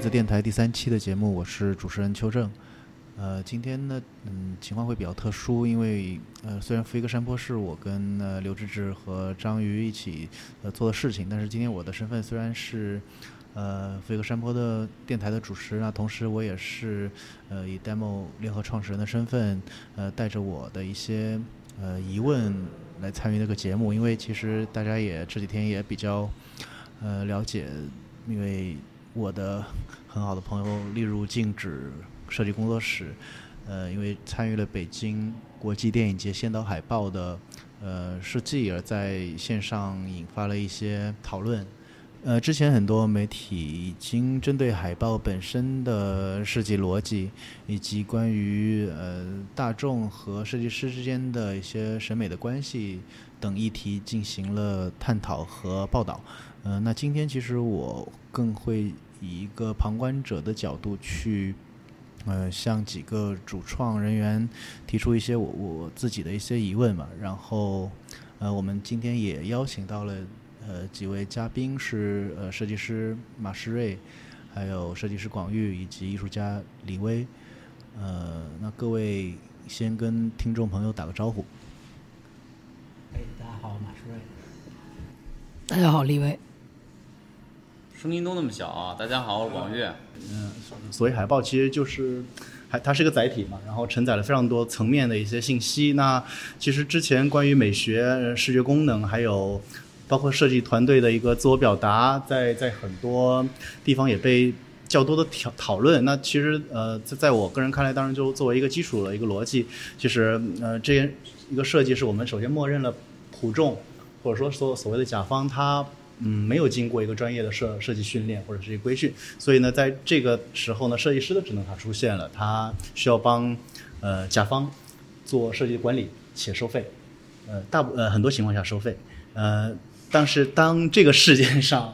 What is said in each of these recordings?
色电台第3期的节目，我是主持人邱正。今天呢，情况会比较特殊，因为虽然飞鸽山坡是我跟刘志志和张瑜一起做的事情，但是今天我的身份虽然是飞鸽山坡的电台的主持，那同时我也是以 Demo 联合创始人的身份，带着我的一些疑问来参与这个节目。因为其实大家也这几天也比较了解，因为我的很好的朋友例如静止设计工作室，因为参与了北京国际电影节先导海报的设计，而在线上引发了一些讨论。之前很多媒体已经针对海报本身的设计逻辑，以及关于大众和设计师之间的一些审美的关系等议题进行了探讨和报道。那今天其实我更会以一个旁观者的角度去向几个主创人员提出一些我自己的一些疑问嘛。然后我们今天也邀请到了几位嘉宾，是设计师马世瑞，还有设计师广玉，以及艺术家李威。那各位先跟听众朋友打个招呼。 大家好，马世瑞。大家好，李威。 声音都那么小啊！大家好，我是广岳。 所谓海报其实就是它是一个载体嘛，然后承载了非常多层面的一些信息。那其实之前关于美学、视觉功能，还有包括设计团队的一个自我表达，在很多地方也被较多的讨论。那其实在我个人看来，当然就作为一个基础的一个逻辑，其实这一个设计是我们首先默认了普众，或者说所谓的甲方他没有经过一个专业的设计训练或者是一个规训，所以呢，在这个时候呢，设计师的职能它出现了，他需要帮甲方做设计管理且收费，很多情况下收费，但是当这个事件上，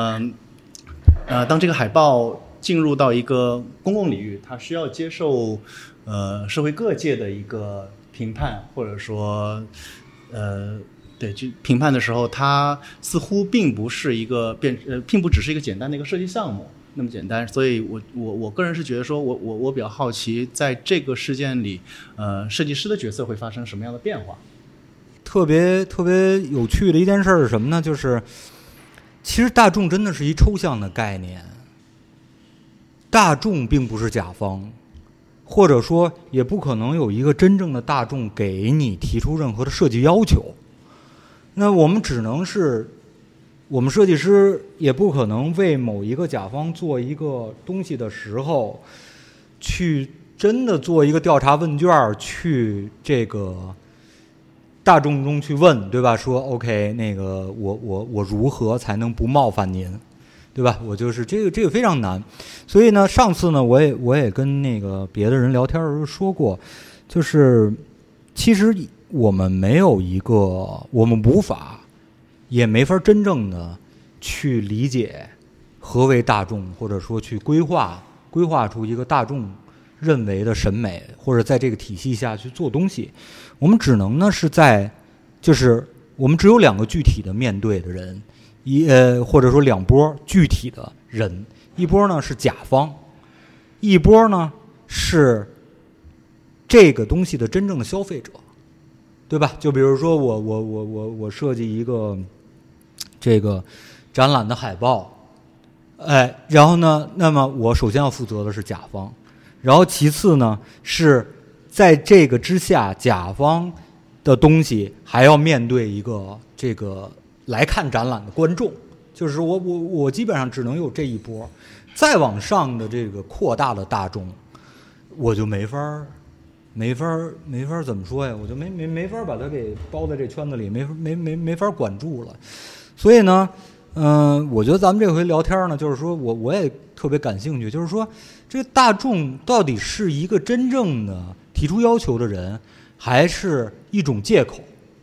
当这个海报进入到一个公共领域，它需要接受社会各界的一个评判，或者说对，就评判的时候，它似乎并不是一个并不只是一个简单的一个设计项目那么简单。所以我个人是觉得说，我比较好奇，在这个事件里，设计师的角色会发生什么样的变化？ 特别有趣的一件事是什么呢？就是其实大众真的是一抽象的概念，大众并不是甲方，或者说也不可能有一个真正的大众给你提出任何的设计要求。那我们只能是，我们设计师也不可能为某一个甲方做一个东西的时候，去真的做一个调查问卷，去这个大众中去问，对吧？说 OK， 那个我如何才能不冒犯您，对吧？我就是这个非常难。所以呢，上次呢，我也跟那个别的人聊天的时候说过，就是其实我们没有一个，我们无法也没法真正的去理解何为大众，或者说去规划出一个大众认为的审美，或者在这个体系下去做东西。我们只能呢是就是我们只有两个具体的面对的人，或者说两波具体的人，一波呢是甲方，一波呢是这个东西的真正的消费者，对吧？就比如说我设计一个这个展览的海报，然后呢，那么我首先要负责的是甲方，然后其次呢是在这个之下，甲方的东西还要面对一个这个来看展览的观众，就是我基本上只能有这一波，再往上的这个扩大的大众，我就没法怎么说呀？我就没法把它给包在这圈子里，没法管住了。所以呢，我觉得咱们这回聊天呢，就是说我也特别感兴趣，就是说这个大众到底是一个真正的提出要求的人，还是一种借口？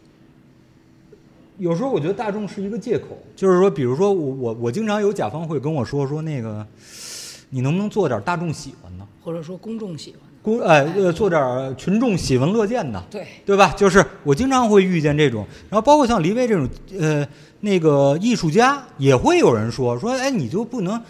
有时候我觉得大众是一个借口，就是说，比如说我经常有甲方会跟我说那个，你能不能做点大众喜欢的， 或者说公众喜欢。 做点群众喜闻乐见的， 对吧？就是我经常会遇见这种，然后包括像黎威这种那个艺术家，也会有人说，哎，你就不能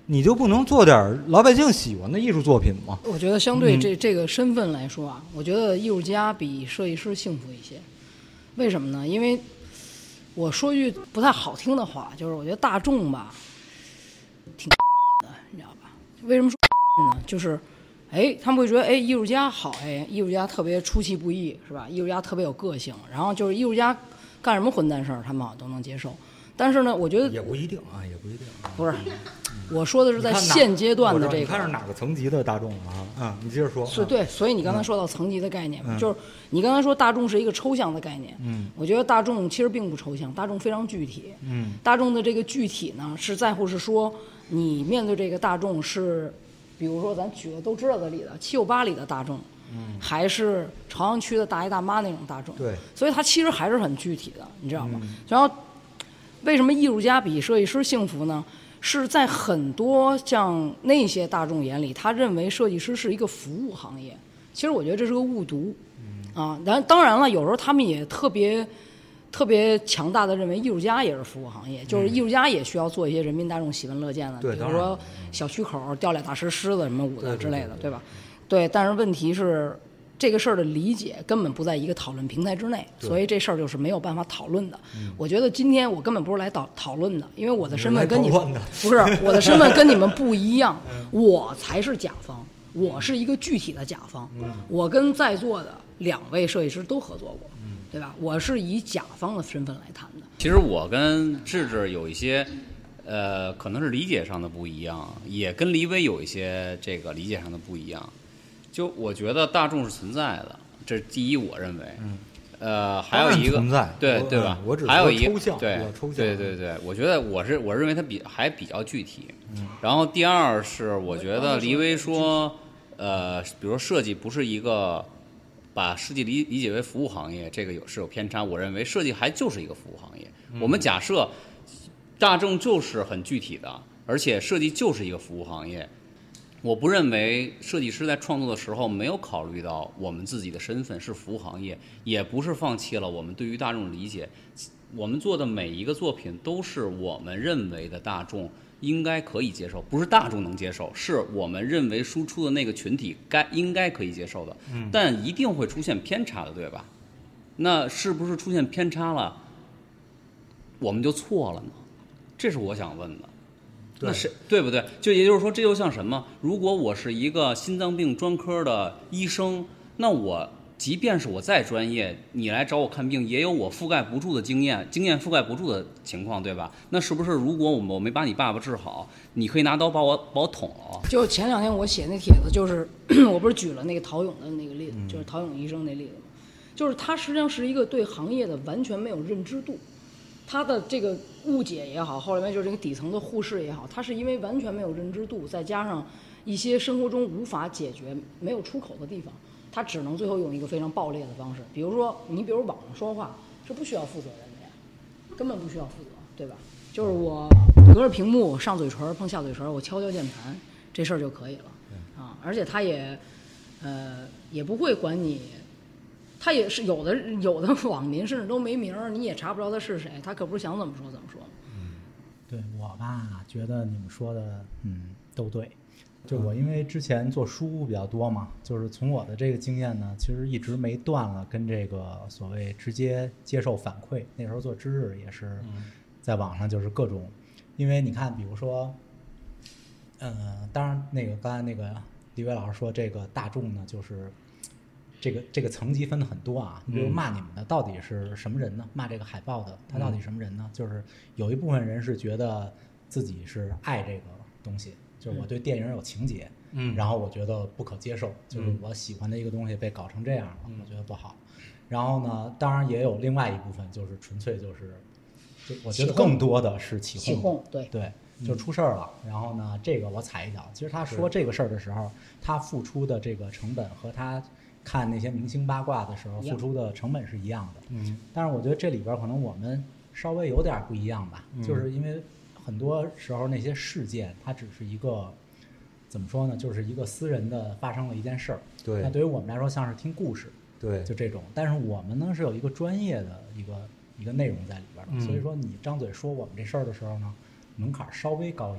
你就不能做点老百姓喜欢的艺术作品吗？ 我觉得相对这个身份来说啊，我觉得艺术家比设计师幸福一些。为什么呢？因为我说句不太好听的话，就是我觉得大众吧，挺的，你知道吧？为什么说呢？就是他们会觉得艺术家好，艺术家特别出其不意，是吧？艺术家特别有个性，然后就是艺术家干什么混蛋事儿，他们好像都能接受。但是呢，我觉得也不一定啊，也不一定。 不是，我说的是在现阶段的这个。 你看是哪个层级的大众啊？你接着说。 对，所以你刚才说到层级的概念，就是你刚才说大众是一个抽象的概念。我觉得大众其实并不抽象，大众非常具体。大众的这个具体呢，是在乎是说你面对这个大众是，比如说咱举个都知道的例子，798里的大众。还是朝阳区的大爷大妈那种大众。 对， 所以它其实还是很具体的，你知道吗？然后。为什么艺术家比设计师幸福呢？是在很多像那些大众眼里，他认为设计师是一个服务行业。其实我觉得这是个误读，当然了，有时候他们也特别强大的认为艺术家也是服务行业，就是艺术家也需要做一些人民大众喜闻乐见的，比如说小区口吊俩大石狮子什么舞的之类的，对吧？对，但是问题是。这个事儿的理解根本不在一个讨论平台之内，所以这事儿就是没有办法讨论的。我觉得今天我根本不是来讨论的，因为我的身份跟你们不是我的身份跟你们不一样，我才是甲方，我是一个具体的甲方。我跟在座的2位设计师都合作过，对吧？我是以甲方的身份来谈的。 其实我跟智智有一些可能是理解上的不一样，也跟黎威有一些这个理解上的不一样。就我觉得大众是存在的，这是第一，我认为。还有一个存在， 对吧？ 我只还有一个抽象， 对，我觉得我认为它还比较具体。然后第二是，我觉得黎威说，比如说设计不是一个把设计理解为服务行业，这个是有偏差。我认为设计还就是一个服务行业。我们假设大众就是很具体的，而且设计就是一个服务行业。我不认为设计师在创作的时候没有考虑到我们自己的身份是服务行业，也不是放弃了我们对于大众的理解。我们做的每一个作品都是我们认为的大众应该可以接受，不是大众能接受，是我们认为输出的那个群体应该可以接受的。但一定会出现偏差的，对吧？那是不是出现偏差了，我们就错了呢？这是我想问的。那是对不对？就也就是说，这就像什么？如果我是一个心脏病专科的医生，那我即便是我再专业，你来找我看病，也有我覆盖不住的经验覆盖不住的情况，对吧？那是不是如果我没把你爸爸治好，你可以拿刀把我捅了？ 就前2天我写那帖子，就是我不是举了那个陶勇的那个例子，就是陶勇医生那例子吗？就是他实际上是一个对行业的完全没有认知度。他的这个误解也好，后来就是这个底层的护士也好，他是因为完全没有认知度，再加上一些生活中无法解决、没有出口的地方，他只能最后用一个非常暴烈的方式，比如说比如网上说话是不需要负责任的呀，根本不需要负责，对吧？就是我隔着屏幕上嘴唇碰下嘴唇，我敲键盘，这事儿就可以了啊，而且他也不会管你。他也是有的网民甚至都没名儿，你也查不着他是谁，他可不是想怎么说怎么说。 对我吧，觉得你们说的都对。就我因为之前做书比较多嘛，就是从我的这个经验呢，其实一直没断了跟这个所谓直接接受反馈。那时候做知识也是在网上就是各种，因为你看，比如说，当然那个刚才那个李伟老师说这个大众呢，就是。这个层级分的很多啊，比如骂你们的到底是什么人呢？骂这个海报的他到底什么人呢？就是有一部分人是觉得自己是爱这个东西，就是我对电影有情节，然后我觉得不可接受，就是我喜欢的一个东西被搞成这样了，我觉得不好。然后呢，当然也有另外一部分就是纯粹就我觉得更多的是起哄，对，就出事儿了。然后呢，这个我踩一脚。其实他说这个事儿的时候，他付出的这个成本和他看那些明星八卦的时候付出的成本是一样的。但是我觉得这里边可能我们稍微有点不一样吧，就是因为很多时候那些事件它只是一个怎么说呢，就是一个私人的发生了一件事儿。对，那对于我们来说像是听故事，对，就这种。但是我们呢是有一个专业的一个内容在里边的，所以说你张嘴说我们这事儿的时候呢，门槛稍微高一点。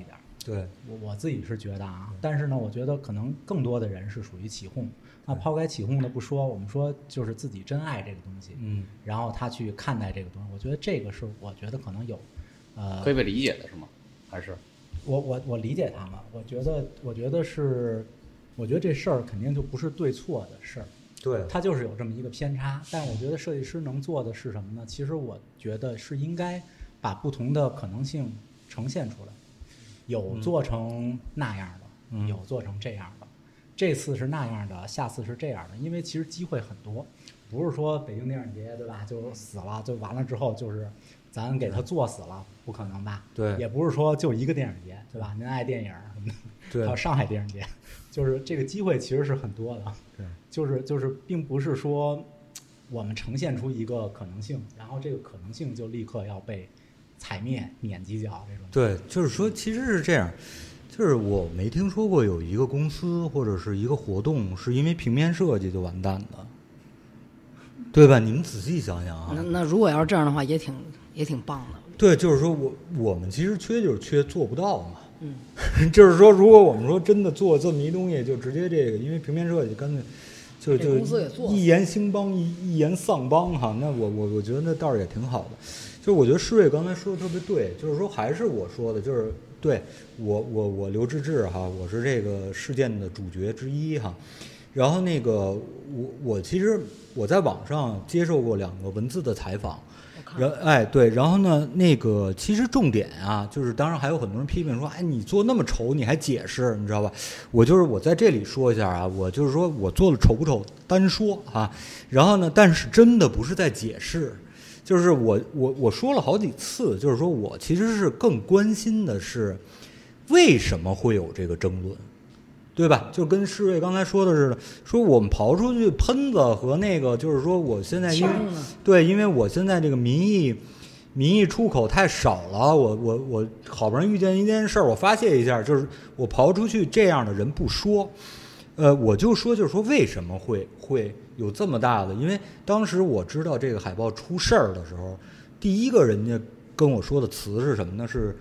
对， 我自己是觉得啊，但是呢，我觉得可能更多的人是属于起哄。那抛开起哄的不说，我们说就是自己真爱这个东西，然后他去看待这个东西，我觉得这个是我觉得可能有， 可以被理解的是吗？还是我理解他们，我觉得是，我觉得这事儿肯定就不是对错的事儿， 对， 它就是有这么一个偏差。但是我觉得设计师能做的是什么呢？其实我觉得是应该把不同的可能性呈现出来，有做成那样的，有做成这样的。这次是那样的，下次是这样的，因为其实机会很多，不是说北京电影节对吧，就死了就完了之后就是咱给他做死了，不可能吧？ 对， 也不是说就一个电影节对吧？您爱电影什么的， 对， 还有上海电影节，就是这个机会其实是很多的， 对， 就是并不是说我们呈现出一个可能性，然后这个可能性就立刻要被踩灭、碾几脚这种。 对，就是说其实是这样。就是我没听说过有一个公司或者是一个活动是因为平面设计就完蛋的，对吧？你们仔细想想啊。 那如果要是这样的话，也挺棒的。 对，就是说我们其实就是缺做不到嘛。就是说，如果我们说真的做这么一东西，就直接这个，因为平面设计干脆就一言兴邦一言丧邦哈。那我觉得那倒是也挺好的。就是我觉得施瑞刚才说的特别对，就是说还是我说的，就是对我刘志志哈，我是这个事件的主角之一哈。然后那个我其实我在网上接受过2个文字的采访，对，然后呢那个其实重点啊，就是当然还有很多人批评说，哎，你做那么丑你还解释，你知道吧？我在这里说一下啊，我就是说我做的丑不丑单说啊，然后呢，但是真的不是在解释。就是我说了好几次，就是说我其实是更关心的是为什么会有这个争论，对吧？就跟施瑞刚才说的似的，说我们刨出去喷子和那个，就是说我现在因为我现在这个民意出口太少了，我好不容易遇见一件事儿，我发泄一下，就是我刨出去这样的人不说，我就说就是说为什么会有这么大的？因为当时我知道这个海报出事儿的时候，第一个人家跟我说的词是什么呢？是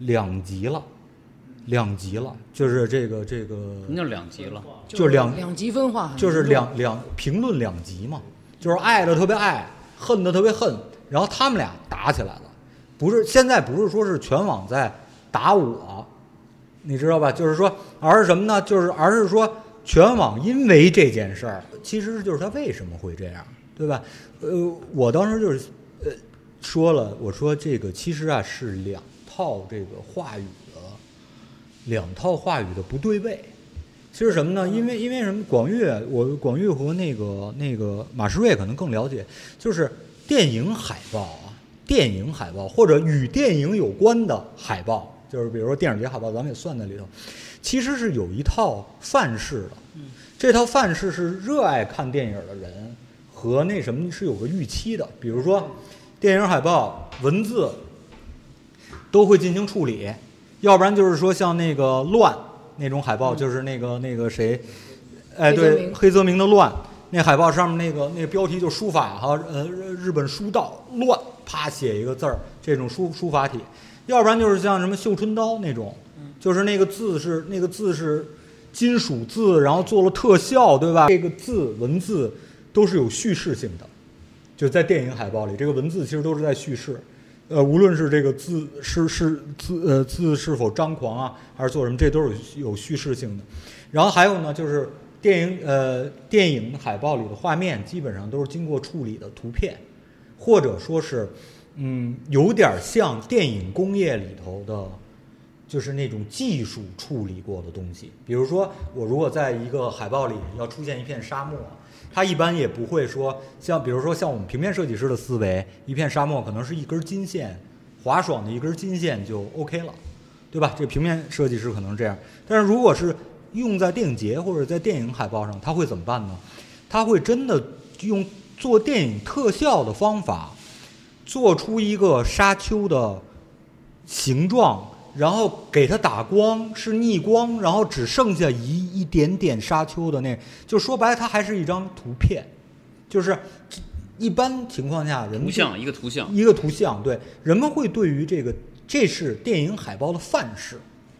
2级了，就是这个。什么叫2级了？ 就是两极分化， 就是评论2级嘛，就是爱的特别爱，恨的特别恨，然后他们俩打起来了。现在不是说是全网在打我，你知道吧？就是说，而是什么呢？而是说。全网因为这件事儿，其实就是他为什么会这样，对吧？我当时就是说了，我说这个其实啊是2套这个话语的不对位。其实什么呢？因为什么？广域和那个马世瑞可能更了解，就是电影海报或者与电影有关的海报，就是比如说电影节海报，咱们也算在里头。其实是有一套范式的，这套范式是热爱看电影的人和那什么是有个预期的。比如说，电影海报文字都会进行处理，要不然就是说像那个乱那种海报，就是那个谁，哎，对，黑泽明的乱那海报上面那个标题就书法哈，日本书道乱，啪写一个字儿，这种书法体，要不然就是像什么绣春刀那种。就是那个字是金属字，然后做了特效，对吧？这个文字都是有叙事性的，就在电影海报里，这个文字其实都是在叙事。无论是这个字是否张狂啊，还是做什么，这都是有叙事性的。然后还有呢，就是电影海报里的画面基本上都是经过处理的图片，或者说是有点像电影工业里头的。就是那种技术处理过的东西，比如说我如果在一个海报里要出现一片沙漠，它一般也不会说比如说像我们平面设计师的思维，一片沙漠可能是一根金线，滑爽的一根金线就 OK 了，对吧？这平面设计师可能是这样，但是如果是用在电影节或者在电影海报上，他会怎么办呢？他会真的用做电影特效的方法，做出一个沙丘的形状。然后给它打光是逆光，然后只剩下一点点沙丘的就说白了，它还是一张图片，就是一般情况下人们一个图像， 对，人们会对于这是电影海报的范式，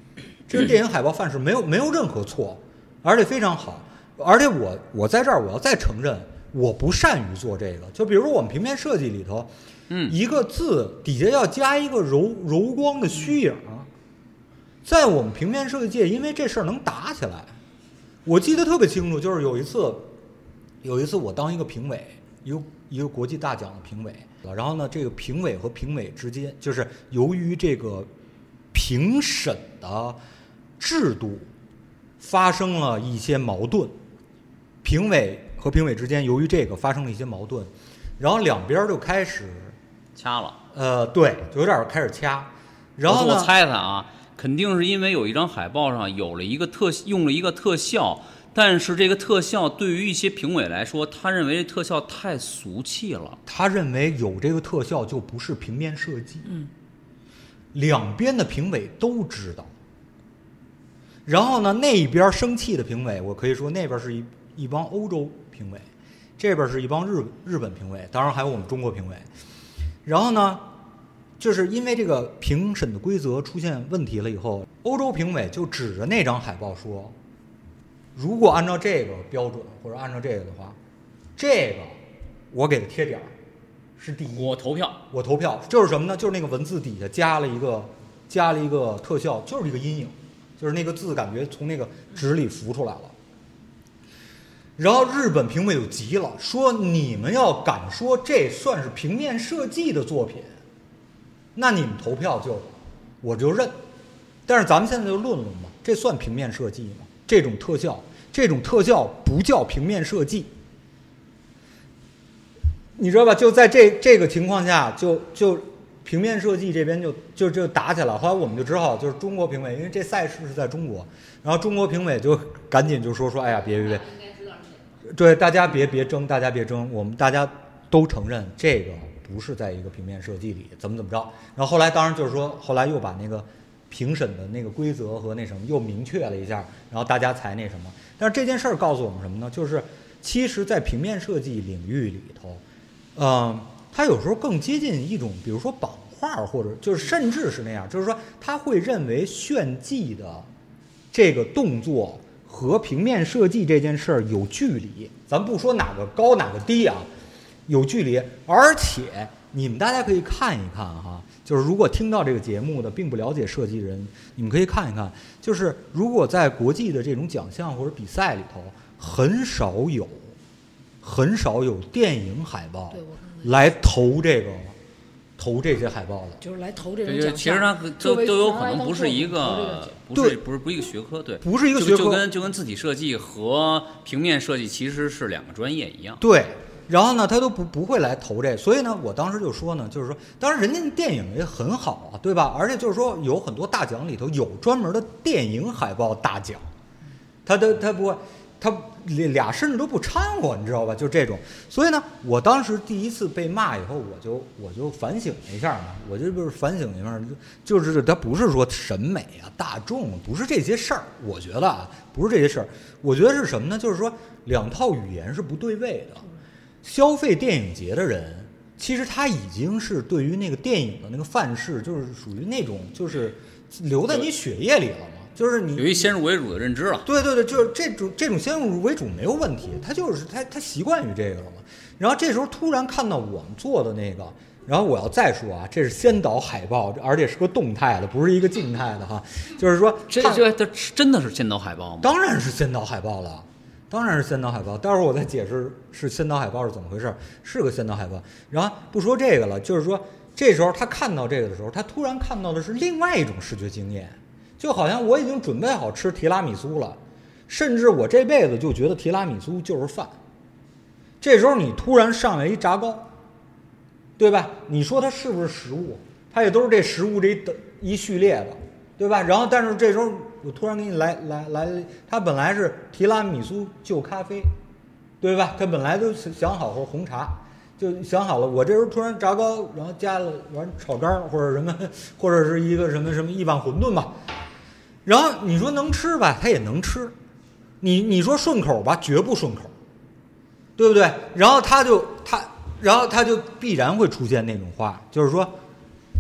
这个电影海报范式没有任何错，而且非常好。而且我在这儿我要再承认，我不善于做这个。就比如说我们平面设计里头，一个字底下要加一个柔光的虚影，在我们平面设计界，因为这事儿能打起来。我记得特别清楚，就是有一次我当一个评委，一个国际大奖的评委，然后呢，这个评委和评委之间，就是由于这个评审的制度发生了一些矛盾，评委和评委之间由于这个发生了一些矛盾，然后两边就开始掐了。 对，就有点开始掐。然后呢， 我猜啊，肯定是因为有一张海报上用了一个特效，但是这个特效对于一些评委来说，他认为这特效太俗气了。 他认为有这个特效就不是平面设计。两边的评委都知道。然后呢，那边生气的评委，我可以说那边是一帮欧洲评委，这边是一帮日本评委，当然还有我们中国评委。然后呢，就是因为这个评审的规则出现问题了以后，欧洲评委就指着那张海报说，如果按照这个标准或者按照这个的话，这个我给它贴点是第一， 我投票， 就是什么呢？就是那个文字底下加了一个特效，就是一个阴影，就是那个字感觉从那个纸里浮出来了。然后日本评委就急了，说你们要敢说这算是平面设计的作品，那你们投票我就认。但是咱们现在就论嘛，这算平面设计吗？这种特效不叫平面设计，你知道吧？就在这个情况下，就平面设计这边就打起来了。后来我们就只好就是中国评委，因为这赛事是在中国，然后中国评委就赶紧就说哎呀别，对，大家别争，我们大家都承认这个不是在一个平面设计里怎么着。然后后来当然就是说，后来又把那个评审的那个规则和那什么又明确了一下，然后大家才那什么。但是这件事儿告诉我们什么呢？就是其实在平面设计领域里头，它有时候更接近一种，比如说版画，或者就是甚至是那样，就是说他会认为炫技的这个动作和平面设计这件事儿有距离，咱不说哪个高哪个低啊，有距离。而且你们大家可以看一看哈，就是如果听到这个节目的并不了解设计的人，你们可以看一看，就是如果在国际的这种奖项或者比赛里头，很少有电影海报来投这些海报的， 就是来投这种奖项。 其实它都有可能不是一个，不是一个学科，对， 不是一个学科， 就跟字体设计和平面设计其实是两个专业一样。 对，然后呢，他都不会来投这，所以呢，我当时就说呢，就是说，当然人家电影也很好啊，对吧？而且就是说，有很多大奖里头有专门的电影海报大奖，他不会。他俩甚至都不掺和，你知道吧？就这种，所以呢，我当时第一次被骂以后，我就反省了一下嘛，我就不是反省一下，就是他不是说审美啊、大众不是这些事儿，我觉得啊，不是这些事儿，我觉得是什么呢？就是说两套语言是不对位的。消费电影节的人，其实他已经是对于那个电影的那个范式，就是属于那种就是留在你血液里了嘛。就是你有一先入为主的认知了， 对，就是这种先入为主没有问题，他就是他习惯于这个了嘛。然后这时候突然看到我们做的那个，然后我要再说啊，这是先导海报，而且是个动态的，不是一个静态的哈。就是说， 这真的是先导海报吗？ 当然是先导海报了，当然是先导海报。待会儿我再解释是先导海报是怎么回事，是个先导海报。然后不说这个了，就是说这时候他看到这个的时候，他突然看到的是另外一种视觉经验。就好像我已经准备好吃提拉米苏了，甚至我这辈子就觉得提拉米苏就是饭。这时候你突然上来一炸糕，对吧？你说它是不是食物？它也都是这食物这一序列的，对吧？然后但是这时候我突然给你来，它本来是提拉米苏就咖啡，对吧？它本来都想好或者红茶。就想好了，我这时候突然炸糕，然后加了完炒肝或者什么，或者是一个什么一碗馄饨吧。然后你说能吃吧，它也能吃，你说顺口吧，绝不顺口，对不对？然后它就必然会出现那种话，就是说，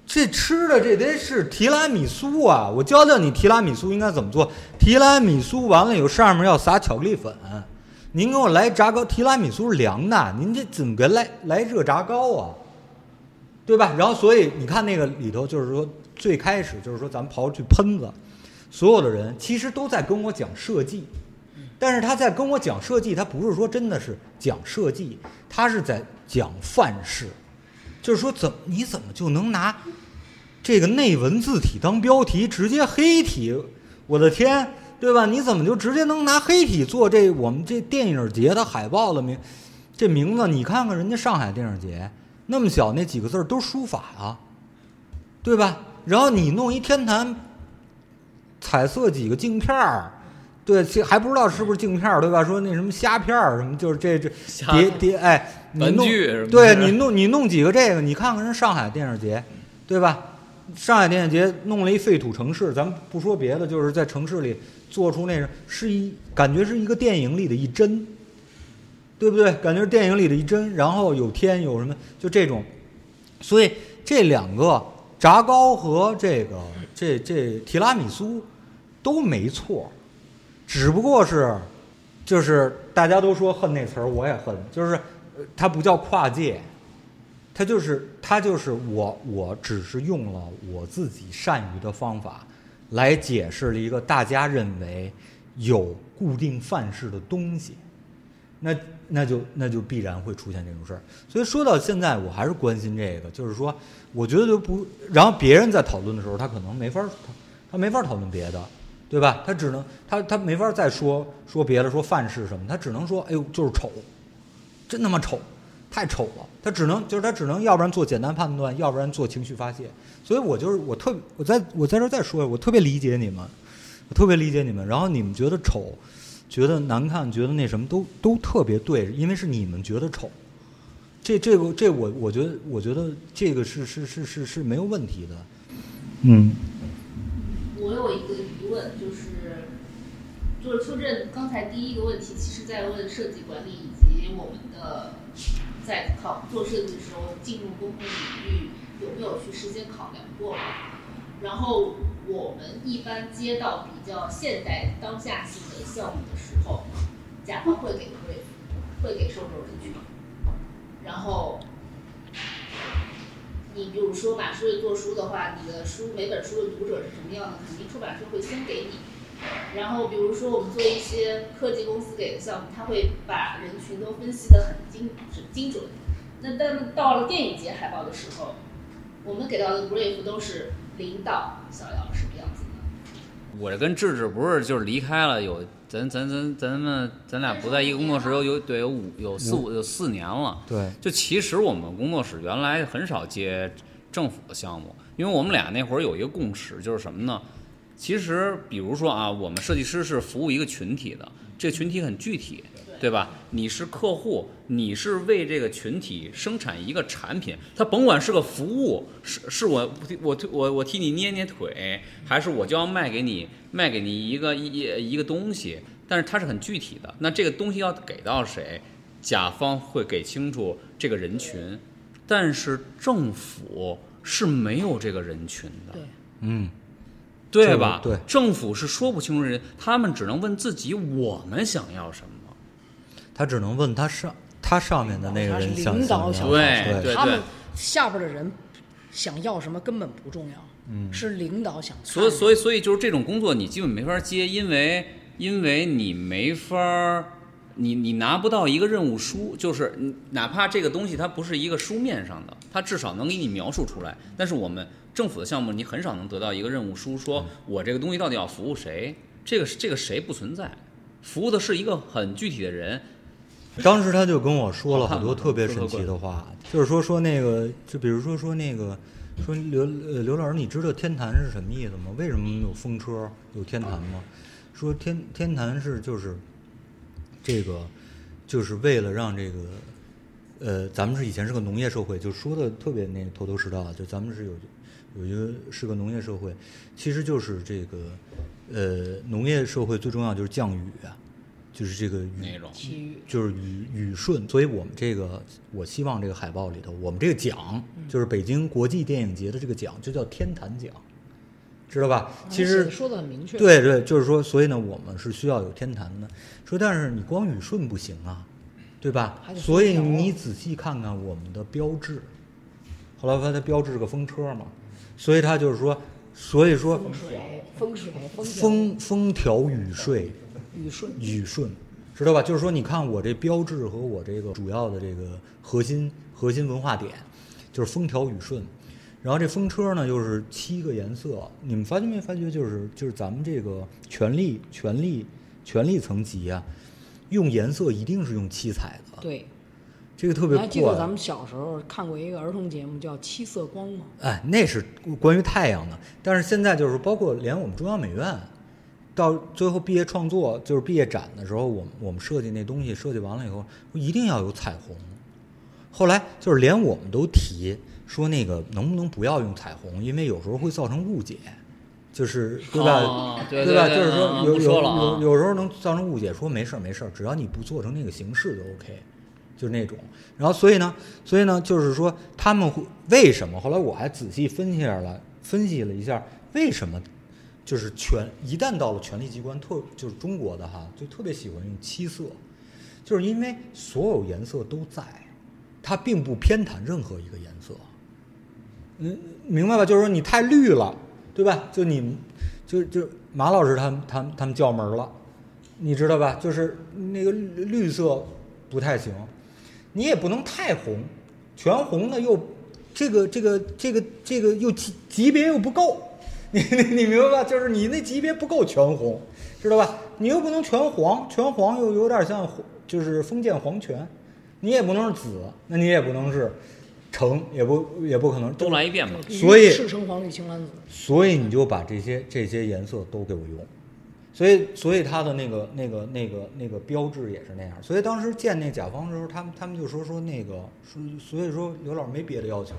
这吃的这得是提拉米苏啊！我教教你提拉米苏应该怎么做。提拉米苏完了以后，上面要撒巧克力粉。您给我来炸糕，提拉米苏是凉的，您这怎么给来热炸糕啊？对吧？然后所以你看那个里头，就是说最开始就是说咱们刨去喷子，所有的人其实都在跟我讲设计，但是他在跟我讲设计，他不是说真的是讲设计，他是在讲范式，就是说你怎么就能拿这个内文字体当标题，直接黑体？我的天，对吧？你怎么就直接能拿黑体做这我们这电影节的海报的名字？你看看人家上海电影节那么小那几个字都书法啊，对吧？然后你弄一天坛彩色几个镜片儿，对，还不知道是不是镜片儿，对吧？说那什么虾片儿什么，就是这叠哎，你弄对你弄几个这个，你看看人上海电影节，对吧？上海电影节弄了一废土城市，咱们不说别的，就是在城市里做出那感觉是一个电影里的一帧，对不对？感觉是电影里的一帧，然后有天有什么，就这种。所以这两个炸糕和这提拉米苏都没错，只不过就是大家都说恨那词儿，我也恨，就是它不叫跨界。它就是我只是用了我自己善于的方法来解释了一个大家认为有固定范式的东西，那就必然会出现这种事儿。所以说到现在，我还是关心这个，就是说，我觉得就不，然后别人在讨论的时候，他可能没法讨论别的，对吧？他只能他没法再说别的，说范式什么，他只能说，哎呦，就是丑，真他妈丑。太丑了，他只能要不然做简单判断，要不然做情绪发泄。所以我在这再说，我特别理解你们，然后你们觉得丑，觉得难看，觉得那什么都特别对，因为是你们觉得丑。这我觉得这个是没有问题的。 我有一个疑问，就是邱震刚才第一个问题，其实在问设计管理以及我们的。在做设计的时候，进入公共领域有没有去事先考量过？然后我们一般接到比较现代当下性的项目的时候，甲方会给 brief， 会给受众人群。然后你比如说马书瑞做书的话，你的书每本书的读者是什么样的，肯定出版社会先给你。然后比如说我们做一些科技公司给的项目，他会把人群都分析得很精准。那但到了电影节海报的时候，我们给到的 brief 都是领导想要什么样子的。 我跟智智不是就是离开了有咱俩不在一个工作室有4年了。 对， 就其实我们工作室原来很少接政府的项目，因为我们俩那会儿有一个共识，就是什么呢？其实比如说啊，我们设计师是服务一个群体的，这个群体很具体，对吧？你是客户，你是为这个群体生产一个产品，它甭管是个服务，是我替你捏捏腿，还是我就要卖给你一个东西，但是它是很具体的。那这个东西要给到谁，甲方会给清楚这个人群，但是政府是没有这个人群的。 对， 对吧？ 对， 政府是说不清楚人，他们只能问自己我们想要什么， 他只能问他上面的那个人想要什么。 对， 他们下边的人想要什么根本不重要，是领导想。 所以就是这种工作你基本没法接，因为你没法，你拿不到一个任务书，就是哪怕这个东西它不是一个书面上的，它至少能给你描述出来，但是我们政府的项目，你很少能得到一个任务书，说我这个东西到底要服务谁？这个谁不存在，服务的是一个很具体的人。 当时他就跟我说了很多特别神奇的话，就是说那个，就比如说那个，说刘老师，你知道天坛是什么意思吗？为什么有风车有天坛吗？说天坛是就是这个，就是为了让这个，咱们以前是个农业社会，就说的特别那头头是道，就咱们是有一个是个农业社会，其实就是这个农业社会最重要就是降雨， 就是这个那种就是语顺，所以我们这个我希望这个海报里头，我们这个奖就是北京国际电影节的这个奖，就叫天坛奖，知道吧？其实说的很明确。 对对，就是说，所以呢，我们是需要有天坛的。说，但是你光语顺不行啊，对吧？所以你仔细看看我们的标志，后来发现它标志是个风车嘛，所以它就是说，所以说风调雨顺。语顺，知道吧？就是说，你看我这标志和我这个主要的这个核心文化点，就是风调雨顺。然后这风车呢，又是7个颜色。你们发觉没发觉？就是咱们这个权力层级啊，用颜色一定是用7彩的。 对， 这个特别怪。 你还记得咱们小时候看过一个儿童节目叫《七色光》吗？ 哎，那是关于太阳的。但是现在就是包括连我们中央美院。到最后毕业创作就是毕业展的时候，我们设计那东西设计完了以后，一定要有彩虹。后来就是连我们都提说那个能不能不要用彩虹，因为有时候会造成误解，就是对吧？ 对吧？就是说有时候能造成误解，说没事，只要你不做成那个形式就 OK， 就是那种。然后所以呢，就是说他们会为什么？后来我还仔细分析了一下为什么。就是一旦到了权力机关，就是中国的哈，就特别喜欢用7色，就是因为所有颜色都在，它并不偏袒任何一个颜色。明白吧？就是说你太绿了，对吧？就马老师他们叫门了，你知道吧？就是那个绿色不太行，你也不能太红，全红的又这个又级别又不够。你明白吧？就是你那级别不够全红，知道吧？你又不能全黄又有点像就是封建皇权，你也不能是紫，那你也不能是橙，也不可能都来一遍嘛。 所以赤橙黄绿青蓝紫， 所以你就把这些颜色都给我用，所以它的那个标志也是那样。所以当时建那甲方的时候，他们就说那个所以说刘老师没别的要求，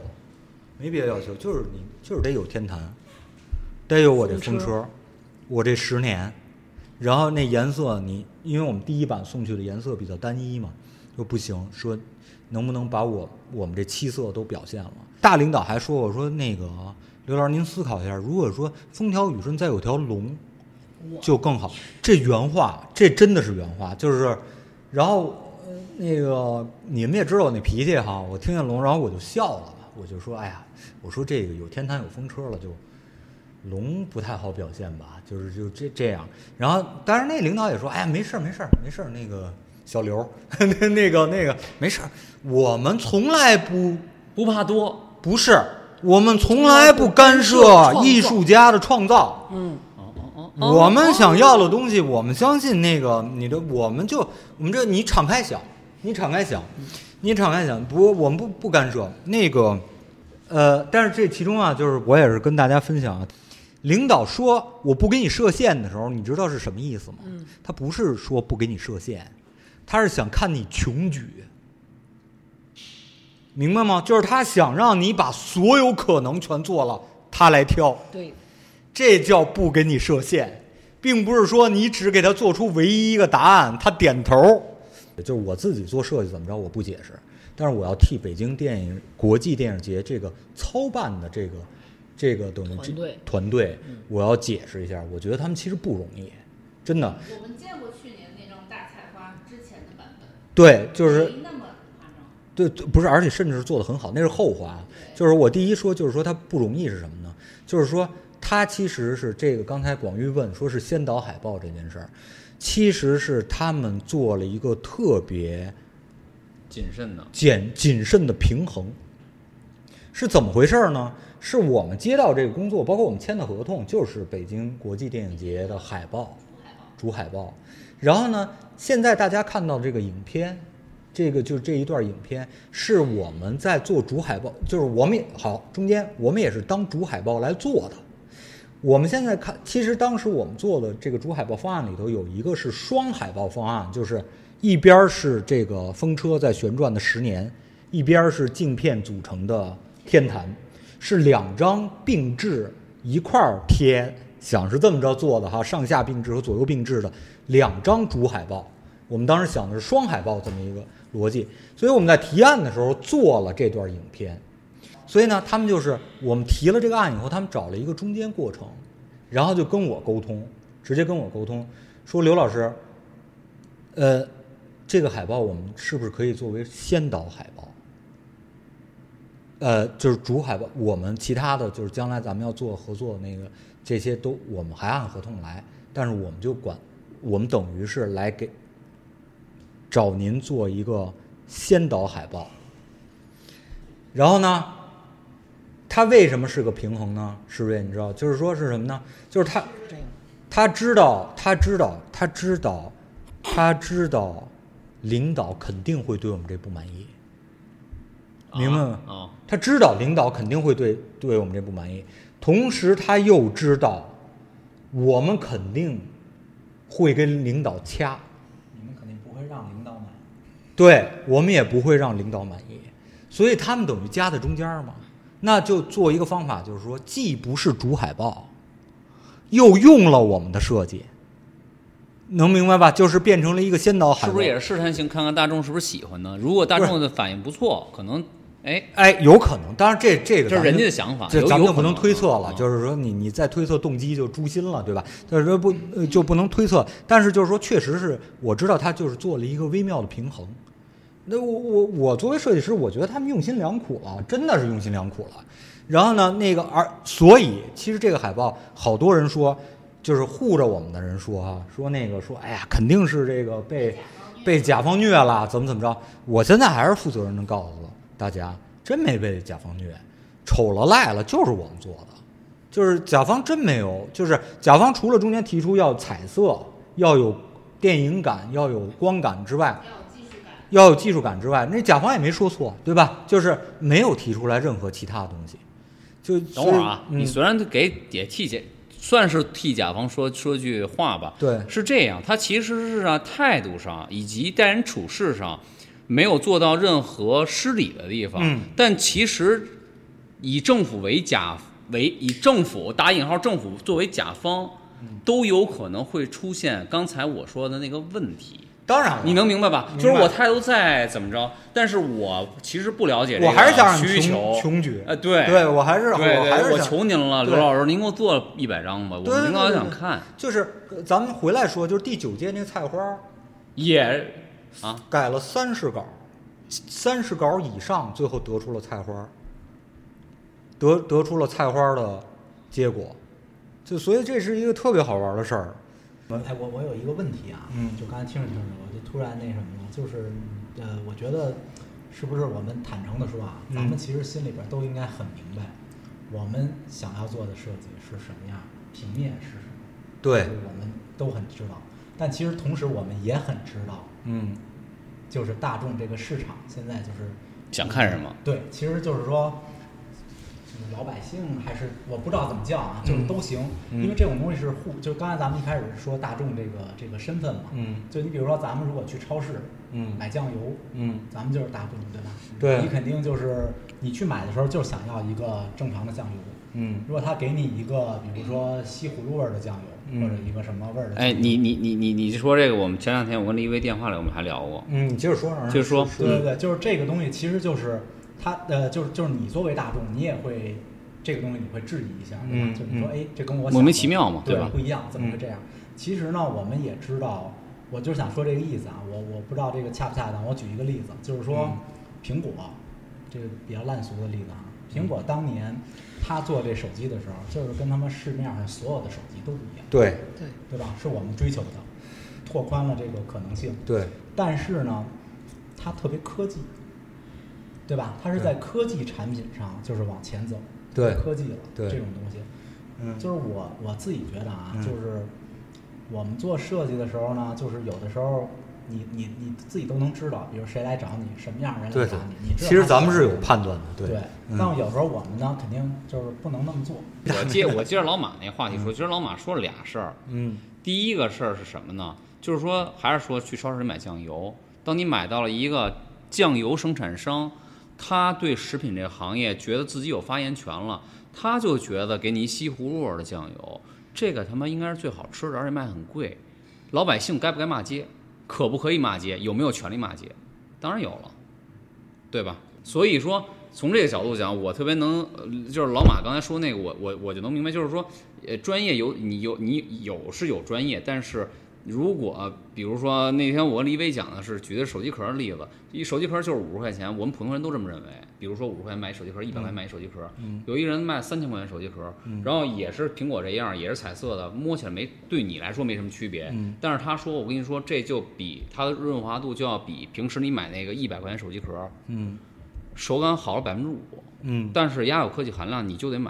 就是得有天坛。得有我这风车，我这10年，然后那颜色因为我们第一版送去的颜色比较单一嘛，就不行，说能不能把我们这7色都表现了？大领导还说我说那个刘老师您思考一下，如果说风调雨顺再有条龙，就更好。这原话，这真的是原话，就是，然后那个你们也知道我那脾气哈，我听见龙，然后我就笑了，我就说哎呀，我说这个有天坛有风车了就。龙不太好表现吧，就这样。然后，当然那领导也说，哎呀，没事，那个小刘，那个没事，我们从来不怕多， 不是，我们从来不干涉艺术家的创造。我们想要的东西，我们相信那个我们这你敞开想，我们不干涉那个。但是这其中啊，就是我也是跟大家分享。领导说我不给你设限的时候，你知道是什么意思吗？他不是说不给你设限，他是想看你穷举，明白吗？就是他想让你把所有可能全做了，他来挑。 对， 这叫不给你设限，并不是说你只给他做出唯一一个答案，他点头。就是我自己做设计怎么着，我不解释，但是我要替北京国际电影节这个操办的这个等于团队，我要解释一下，我觉得他们其实不容易，真的。 我们见过去年那张大菜花之前的版本， 对，就是没那么夸张。 对，不是，而且甚至是做得很好，那是后话。就是我第一说，就是说它不容易是什么呢？就是说它其实是这个刚才广玉问说是先导海报这件事儿，其实是他们做了一个特别谨慎的平衡。是怎么回事呢？是我们接到这个工作，包括我们签的合同，就是北京国际电影节的海报，主海报。然后呢，现在大家看到这个影片，这一段影片是我们在做主海报，就是我们中间我们也是当主海报来做的。我们现在看，其实当时我们做的这个主海报方案里头有一个是双海报方案，就是一边是这个风车在旋转的10年，一边是镜片组成的天坛。是2张并置一块儿贴，想是这么着做的哈，上下并置和左右并置的2张主海报， 我们当时想的是双海报这么一个逻辑，所以我们在提案的时候做了这段影片。所以呢，他们就是我们提了这个案以后，他们找了一个中间过程，然后就跟我沟通，直接跟我沟通，说刘老师，这个海报我们是不是可以作为先导海报？就是主海报，我们其他的就是将来咱们要做合作那个这些都我们还按合同来，但是我们就管，我们等于是来找您做一个先导海报。然后呢，它为什么是个平衡呢？是不是你知道？就是说是什么呢？就是他知道领导肯定会对我们这不满意，明白吗？他知道领导肯定会对我们这不满意，同时他又知道我们肯定会跟领导掐， 你们肯定不会让领导满意， 对，我们也不会让领导满意，所以他们等于夹在中间嘛。那就做一个方法，就是说既不是主海报，又用了我们的设计，能明白吧？就是变成了一个先导海报。 是不是也是试探性看看大众是不是喜欢呢？如果大众的反应不错，可能有可能。当然这个这是人家的想法， 这咱们就不能推测了。就是说你再推测动机就诛心了，对吧？就是说就不能推测。但是就是说，确实是我知道他就是做了一个微妙的平衡。那我作为设计师，我觉得他们用心良苦了，真的是用心良苦了。然后呢，所以其实这个海报，好多人说，就是护着我们的人说哎呀，肯定是这个被甲方虐了，怎么着？我现在还是负责任的告诉大家，真没被甲方虐，丑了赖了就是我们做的，就是甲方真没有，就是甲方除了中间提出要彩色、要有电影感、要有光感之外。要有技术感之外，那甲方也没说错，对吧？就是没有提出来任何其他的东西。就等会儿啊，你虽然算是替甲方说句话吧， 对， 是这样，他其实是态度上以及待人处事上没有做到任何失礼的地方，但其实以政府打引号政府作为甲方，都有可能会出现刚才我说的那个问题。 当然了， 你能明白吧？就是我态度再怎么着，但是我其实不了解这个我还是想需求穷举。 对， 我还是我求您了，刘老师，您给我做100张吧，我们领导想看。 就是咱们回来说，就是第9届那个菜花也改了30稿以上，最后得出了菜花，得出了菜花的结果，所以这是一个特别好玩的事儿。 我有一个问题啊，就刚才听着，我就突然那什么了，就是我觉得是不是我们坦诚的说啊，咱们其实心里边都应该很明白，我们想要做的设计是什么样，平面是什么， 对， 我们都很知道，但其实同时我们也很知道，就是大众这个市场现在就是想看什么， 对，其实就是说。老百姓还是我不知道怎么叫啊，就是都行，因为这种东西是就是刚才咱们一开始说大众这个身份嘛，就你比如说咱们如果去超市，买酱油，咱们就是大众，对吧？ 对， 你肯定就是你去买的时候就想要一个正常的酱油，如果他给你一个比如说西葫芦味的酱油，或者一个什么味儿的酱油， 你说这个，我们前2天我跟李威电话里我们还聊过， 你接着说， 对，就是这个东西其实就是。就是你作为大众，你也会这个东西你会质疑一下，对吧？就你说，这跟我想莫名其妙嘛， 对吧？ 不一样，怎么会这样？其实呢，我们也知道，我就是想说这个意思啊。我不知道这个恰不恰当。我举一个例子，就是说，苹果，这个比较烂俗的例子啊。苹果当年他做这手机的时候，就是跟他们市面上所有的手机都不一样，对吧？是我们追求的，拓宽了这个可能性。 对， 但是呢，它特别科技。对吧？它是在科技产品上就是往前走， 对科技了， 对这种东西，就是我自己觉得啊，就是我们做设计的时候呢，就是有的时候你自己都能知道，比如谁来找你，什么样的人来找你，你知道。 其实咱们是有判断的， 对。但有时候我们呢，肯定就是不能那么做。 我接着老马那话题说，今儿老马说了俩事儿，第一个事儿是什么呢？就是说还是说去超市里买酱油，当你买到了一个酱油生产商。他对食品这个行业觉得自己有发言权了，他就觉得给你西葫芦味的酱油，这个他妈应该是最好吃的，而且卖很贵，老百姓该不该骂街？ 可不可以骂街？有没有权利骂街？当然有了，对吧？所以说从这个角度讲，我特别能，就是老马刚才说那个，我就能明白，就是说，专业你有专业，但是如果比如说那天我跟李伟讲的是举的手机壳的例子，一手机壳就是50块钱，我们普通人都这么认为。比如说50块买手机壳，100块买手机壳，有一个人卖3000块钱手机壳，然后也是苹果这样，也是彩色的，摸起来对你来说没什么区别，但是他说，我跟你说，这就比它的润滑度就要比平时你买那个100块钱手机壳，手感好了5%，但是压有科技含量，你就得买，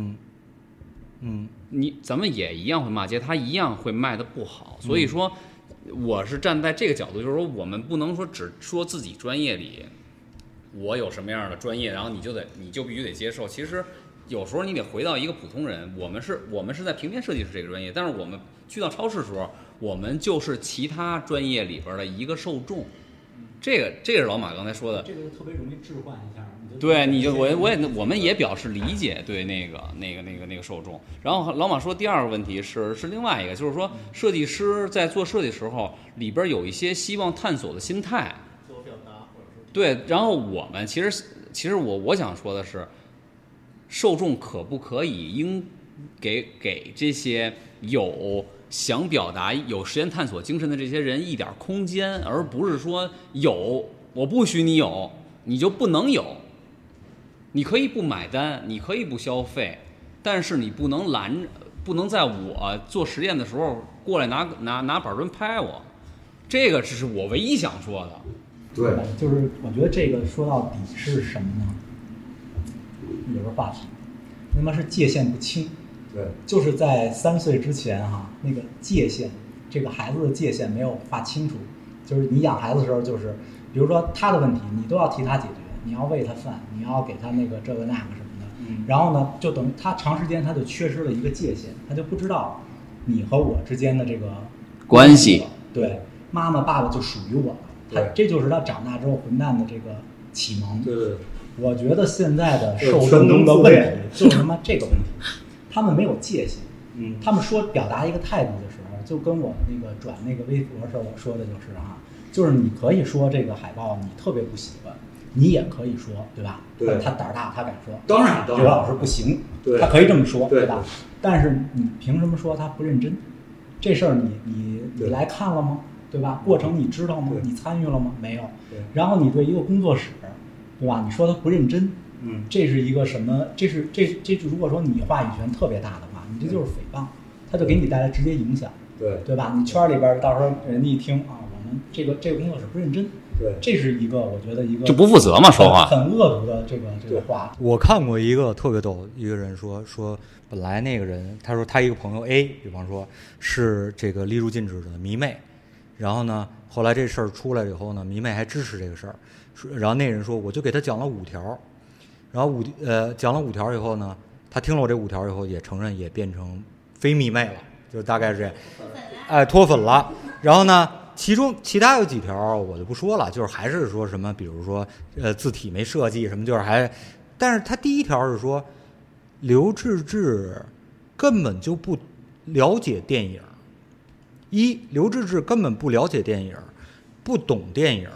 咱们也一样会骂街，它一样会卖的不好，所以说，我是站在这个角度，就是说我们不能说只说自己专业里，我有什么样的专业，然后你就必须得接受。其实有时候你得回到一个普通人，我们是在平面设计师这个专业，但是我们去到超市的时候，我们就是其他专业里边的一个受众。这个是老马刚才说的， 这个特别容易置换一下。 对，我们也表示理解对那个受众。然后老马说第二个问题是另外一个，就是说设计师在做设计时候里边有一些希望探索的心态， 自我表达或者说对。然后我们其实我想说的是，受众可不可以应给这些有想表达、有实验探索精神的这些人一点空间，而不是说我不许你有，你就不能有。你可以不买单，你可以不消费，但是你不能在我做实验的时候过来拿板砖拍我。这个只是我唯一想说的。 对，就是我觉得这个说到底是什么呢？有个话题，那么是界限不清。对，就是在3岁之前那个界限，这个孩子的界限没有划清楚。就是你养孩子的时候，就是比如说他的问题，你都要替他解决。你要喂他饭，你要给他那个这个那个什么的，然后呢，就等于他长时间他就缺失了一个界限，他就不知道你和我之间的这个关系。 对，妈妈爸爸就属于我了，这就是他长大之后混蛋的这个启蒙。对，我觉得现在的受众的问题就是他妈这个问题，他们没有界限。他们说表达一个态度的时候，就跟我那个转那个微博时候我说的就是你可以说这个海报你特别不喜欢。你也可以说，对吧？对，他胆儿大，他敢说。当然，这个老师不行，他可以这么说，对吧？但是你凭什么说他不认真？这事儿你来看了吗？对吧？过程你知道吗？你参与了吗？没有。然后你对一个工作室，对吧？你说他不认真，这是一个什么？这如果说你话语权特别大的话，你这就是诽谤，他就给你带来直接影响，对吧？你圈里边到时候人家一听啊，我们这个工作室不认真。对，这是一个我觉得一个就不负责嘛，说话很恶毒的这个话。 我看过一个特别逗，一个人说本来那个人他说他一个朋友 A， 比方说是这个立入禁止的迷妹，然后呢后来这事儿出来了以后呢，迷妹还支持这个事儿，然后那人说我就给他讲了5条，然后讲了5条以后呢，他听了我这5条以后也承认也变成非迷妹了，就大概是这样，脱粉了，然后呢。其他有几条我就不说了，就是还是说什么，比如说字体没设计什么，就是但是他第1条是说刘志志根本就不了解电影。刘志志根本不了解电影，不懂电影，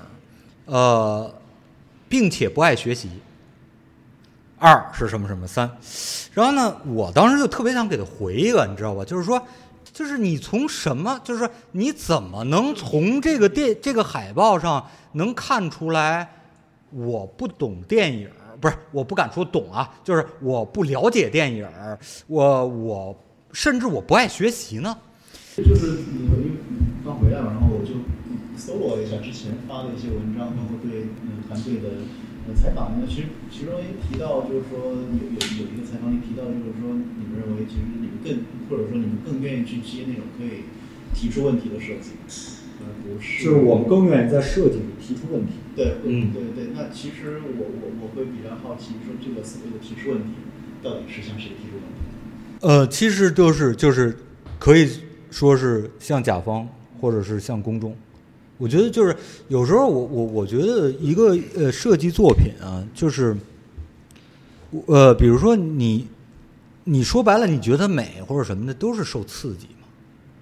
并且不爱学习。2是什么什么3，然后呢，我当时就特别想给他回一个，你知道吧？就是说。就是你从什么？就是说你怎么能从这个海报上能看出来我不懂电影？不是，我不敢说懂啊，就是我不了解电影，我甚至我不爱学习呢。 就是你刚回来嘛，然后我就搜罗了一下之前发的一些文章，包括对团队的采访。那其中也提到，就是说有一个采访里提到，就是说你们认为其实你们更愿意去接那种可以提出问题的设计，不是？ 就是我们更愿意在设计里提出问题。 对，对。那其实我会比较好奇，说这个所谓的提出问题，到底是向谁提出问题？ 其实就是可以说是向甲方，或者是向公众。我觉得就是有时候我觉得一个设计作品啊，就是比如说你说白了，你觉得美或者什么的都是受刺激嘛，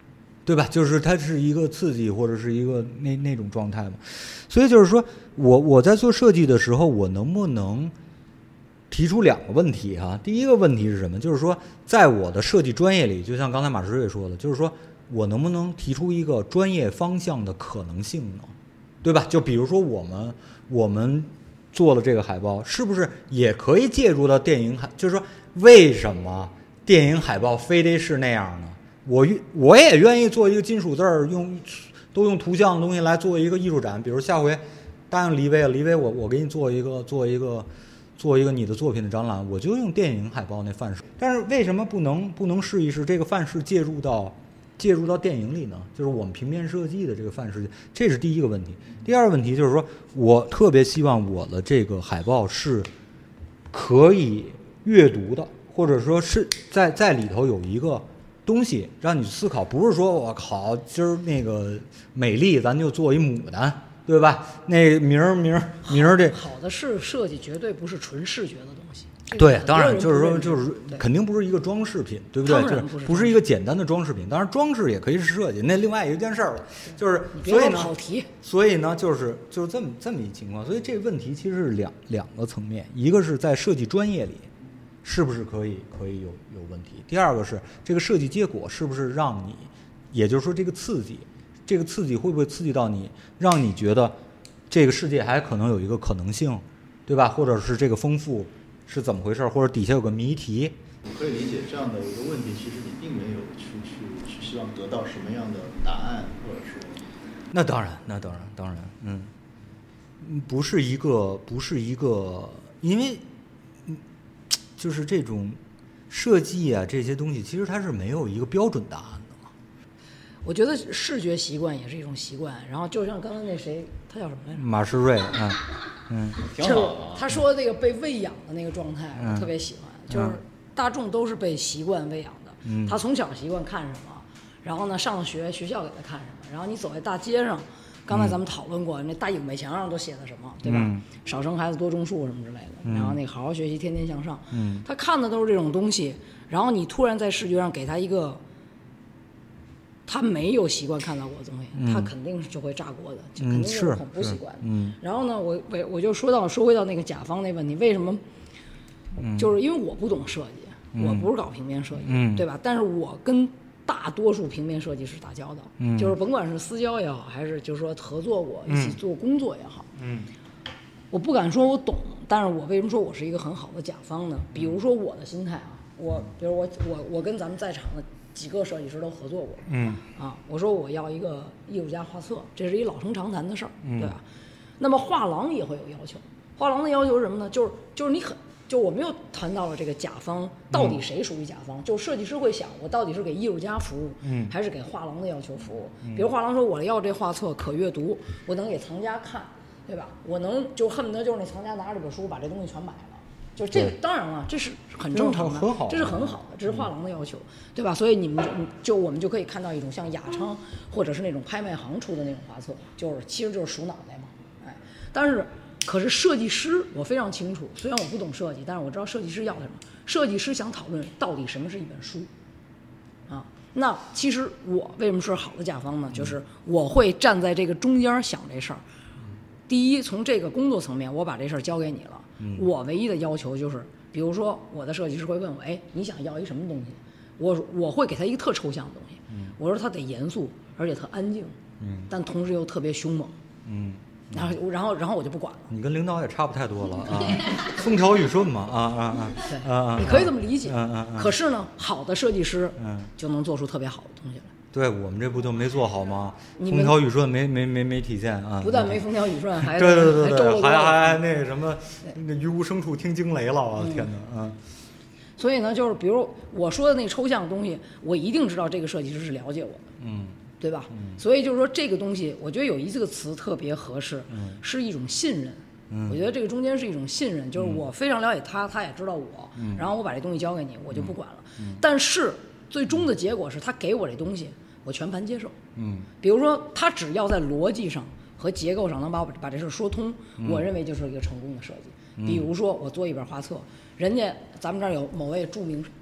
对吧？就是它是一个刺激或者是一个那种状态嘛。所以就是说我在做设计的时候，我能不能提出2个问题哈？第一个问题是什么？就是说在我的设计专业里，就像刚才马世瑞说的，就是说我能不能提出一个专业方向的可能性呢？对吧？就比如说我们做了这个海报，是不是也可以借助到电影海？就是说为什么电影海报非得是那样呢？我也愿意做一个金属字儿，都用图像的东西来做一个艺术展。比如下回答应黎威，我给你做一个你的作品的展览，我就用电影海报那范式。但是为什么不能试一试这个范式介入到电影里呢？就是我们平面设计的这个范式，这是第一个问题。第二个问题就是说，我特别希望我的这个海报是可以阅读的，或者说是在里头有一个东西让你思考，不是说我靠今儿那个美丽咱就做一牡丹，对吧？那明儿这好的设计绝对不是纯视觉的东西。 对，当然就是说，就是肯定不是一个装饰品，对不对？就是不是一个简单的装饰品。当然，装饰也可以是设计，那另外一件事儿了。就是所以呢，所以呢，就是这么一情况。所以这个问题其实是两个层面，一个是在设计专业里是不是可以有问题，第二个是这个设计结果是不是让你，也就是说这个刺激会不会刺激到你，让你觉得这个世界还可能有一个可能性，对吧？或者是这个丰富是怎么回事，或者底下有个谜题。 我可以理解这样的一个问题，其实你并没有去希望得到什么样的答案，或者说， 那当然，不是一个，因为就是这种设计啊这些东西，其实它是没有一个标准答案的嘛。 我觉得视觉习惯也是一种习惯，然后就像刚刚那谁，他叫什么来着？ 马世瑞， 挺好的。 他说那个被喂养的那个状态，我特别喜欢。就是大众都是被习惯喂养的，他从小习惯看什么，然后呢上学校给他看什么，然后你走在大街上，刚才咱们讨论过，那大影北墙上都写的什么，对吧？少生孩子多种树什么之类的，然后那好好学习，天天向上。他看的都是这种东西，然后你突然在视觉上给他一个他没有习惯看到过的东西，他肯定就会炸锅的，肯定就是恐怖习惯。然后呢，我就说回到那个甲方那问题，为什么？就是因为我不懂设计，我不是搞平面设计，对吧？但是我跟大多数平面设计师打交道，就是甭管是私交也好，还是就是说合作过一起做工作也好，我不敢说我懂，但是我为什么说我是一个很好的甲方呢？比如说我的心态啊，比如我跟咱们在场的几个设计师都合作过，我说我要一个艺术家画册，这是一老生常谈的事儿，对吧？那么画廊也会有要求，画廊的要求是什么呢？就是你就我们又谈到了这个甲方到底谁属于甲方，就设计师会想我到底是给艺术家服务，还是给画廊的要求服务？比如画廊说我要这画册可阅读，我能给藏家看，对吧？我能就恨不得就是那藏家拿着这本书把这东西全买了，就这个当然了，这是很正常的，这是很好的，这是画廊的要求，对吧？所以我们就可以看到一种像雅昌或者是那种拍卖行出的那种画册，其实就是数脑袋嘛，但是。可是设计师我非常清楚，虽然我不懂设计，但是我知道设计师要什么。设计师想讨论到底什么是一本书，那其实我为什么是好的甲方呢？就是我会站在这个中间想这事儿。第一，从这个工作层面，我把这事儿交给你了，我唯一的要求就是，比如说我的设计师会问我，你想要一什么东西？我会给他一个特抽象的东西，我说他得严肃，而且特安静，但同时又特别凶猛，然后我就不管了。你跟领导也差不太多了啊，风调雨顺嘛你可以这么理解。可是呢，好的设计师就能做出特别好的东西来。 对，我们这不就没做好吗？风调雨顺没体现啊。 不但没风调雨顺，还对，还那个什么，那于无声处听惊雷了啊！天哪啊！ 所以呢，就是比如我说的那抽象的东西，我一定知道这个设计师是了解我的。对吧？所以就是说这个东西，我觉得有一个词特别合适，是一种信任。我觉得这个中间是一种信任，就是我非常了解他，他也知道我，然后我把这东西交给你，我就不管了。但是最终的结果是他给我这东西，我全盘接受。比如说他只要在逻辑上和结构上能把这事说通，我认为就是一个成功的设计。比如说我做一本画册，人家咱们这儿有某位著名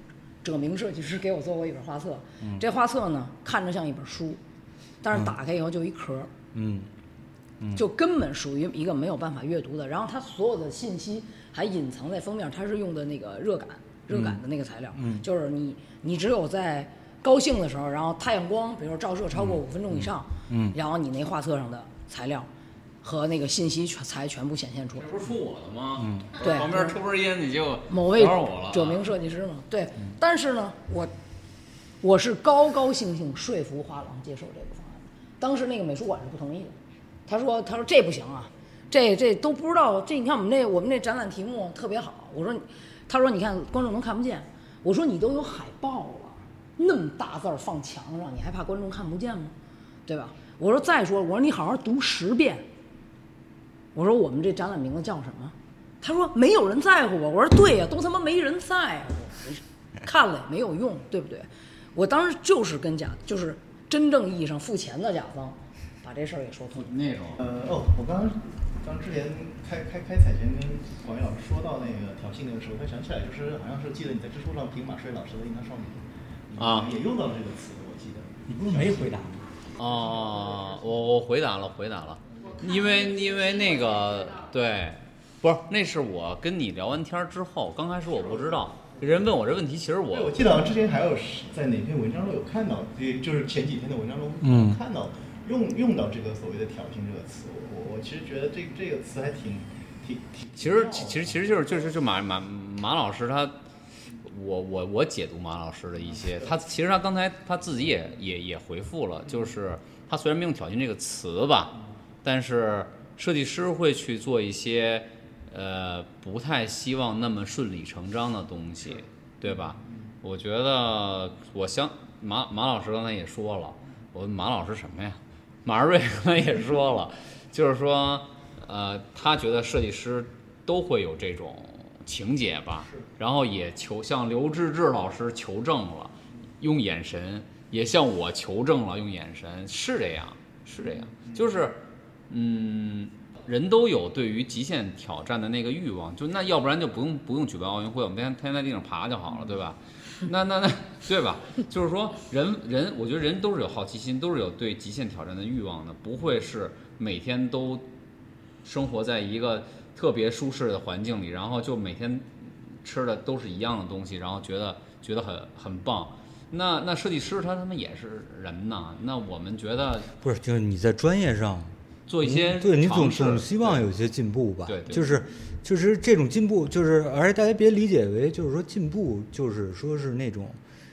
者明设计师给我做过一本画册，这画册呢看着像一本书，但是打开以后就一壳，就根本属于一个没有办法阅读的。然后它所有的信息还隐藏在封面，它是用的那个热感的那个材料，就是你只有在高兴的时候，然后太阳光比如说照射超过5分钟以上，然后你那画册上的材料和那个信息才全部显现出来。 这不是说我的吗？ 对， 旁边抽根烟你就某位我了者明设计师嘛，对。但是呢，我是高高兴兴说服画廊接受这个方案。当时那个美术馆是不同意的，他说这不行啊，这都不知道，这你看我们那展览题目特别好，他说你看观众能看不见，我说你都有海报了，那么大字儿放墙上，你还怕观众看不见吗？对吧？我说再说，我说你好好读10遍。我说我们这展览名字叫什么？他说没有人在乎我。我说对呀，都他妈没人在乎，看了也没有用，对不对？我当时就是就是真正意义上付钱的甲方，把这事儿给说通。 那种我刚之前开采前跟广元老师说到那个挑衅那个时候，我想起来就是好像是记得你在知乎上评马帅老师的《樱桃少女》也用到了这个词，我记得。 你不是没回答吗？ 我回答了，因为那个对，不是，那是我跟你聊完天之后，刚开始我不知道，人问我这问题，其实我记得好像之前还有在哪篇文章中有看到，就是前几天的文章中看到用到这个所谓的挑衅这个词，我其实觉得这个词还挺，其实就是马老师他。我解读马老师的一些，其实他刚才他自己也回复了，就是他虽然没用挑衅这个词吧，但是设计师会去做一些不太希望那么顺理成章的东西，对吧？我觉得马老师刚才也说了，马老师什么呀？马二瑞刚才也说了，就是说他觉得设计师都会有这种情节吧，然后也向刘志志老师求证了，用眼神，也向我求证了，用眼神，是这样，就是人都有对于极限挑战的那个欲望，就那要不然就不用举办奥运会，我们天天在地上爬就好了，对吧？那对吧？就是说人，我觉得人都是有好奇心，都是有对极限挑战的欲望的，不会是每天都生活在一个特别舒适的环境里，然后就每天吃的都是一样的东西，然后觉得很棒。那设计师他们也是人呐，那我们觉得不是，就是你在专业上做一些对你总希望有一些进步吧？ 对， 就是这种进步，就是而且大家别理解为就是说进步就是说是那种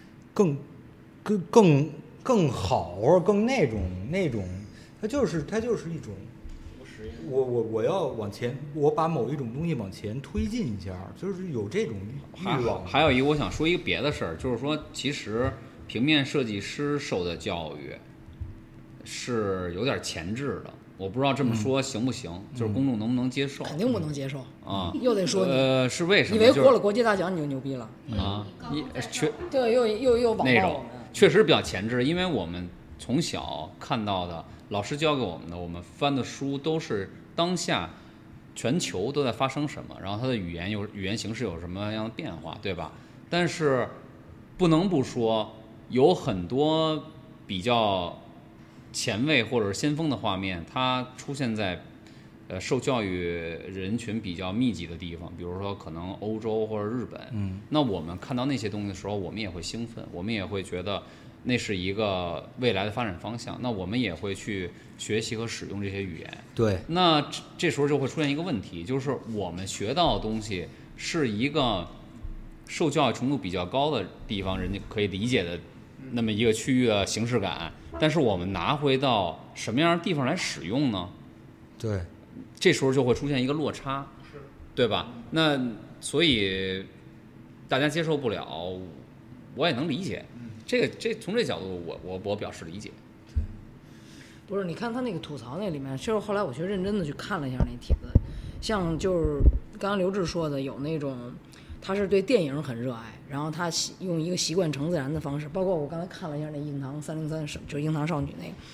更好或者更那种，它就是一种。我要往前，我把某一种东西往前推进一下，就是有这种欲望。 还有一个，我想说一个别的事儿，就是说，其实平面设计师受的教育是有点前置的，我不知道这么说行不行，就是公众能不能接受？ 肯定不能接受啊！ 又得说是为什么？ 以为获了国际大奖你就牛逼了啊？ 对，又网那种确实比较前置，因为我们从小看到的。老师教给我们的，我们翻的书都是当下全球都在发生什么，然后它的语言形式有什么样的变化，对吧？但是不能不说，有很多比较前卫或者是先锋的画面，它出现在受教育人群比较密集的地方，比如说可能欧洲或者日本。那我们看到那些东西的时候，我们也会兴奋，我们也会觉得那是一个未来的发展方向，那我们也会去学习和使用这些语言。 对， 那这时候就会出现一个问题，就是我们学到的东西是一个受教育程度比较高的地方人家可以理解的那么一个区域的形式感，但是我们拿回到什么样的地方来使用呢？ 对， 这时候就会出现一个落差，对吧？那所以大家接受不了，我也能理解。从这角度我表示理解。 不是，你看他那个吐槽那里面，其实后来我去认真的去看了一下那帖子，像就是刚刚刘志说的，有那种他是对电影很热爱，然后他用一个习惯成自然的方式，包括我刚才看了一下那樱桃303，就是樱桃少女那个，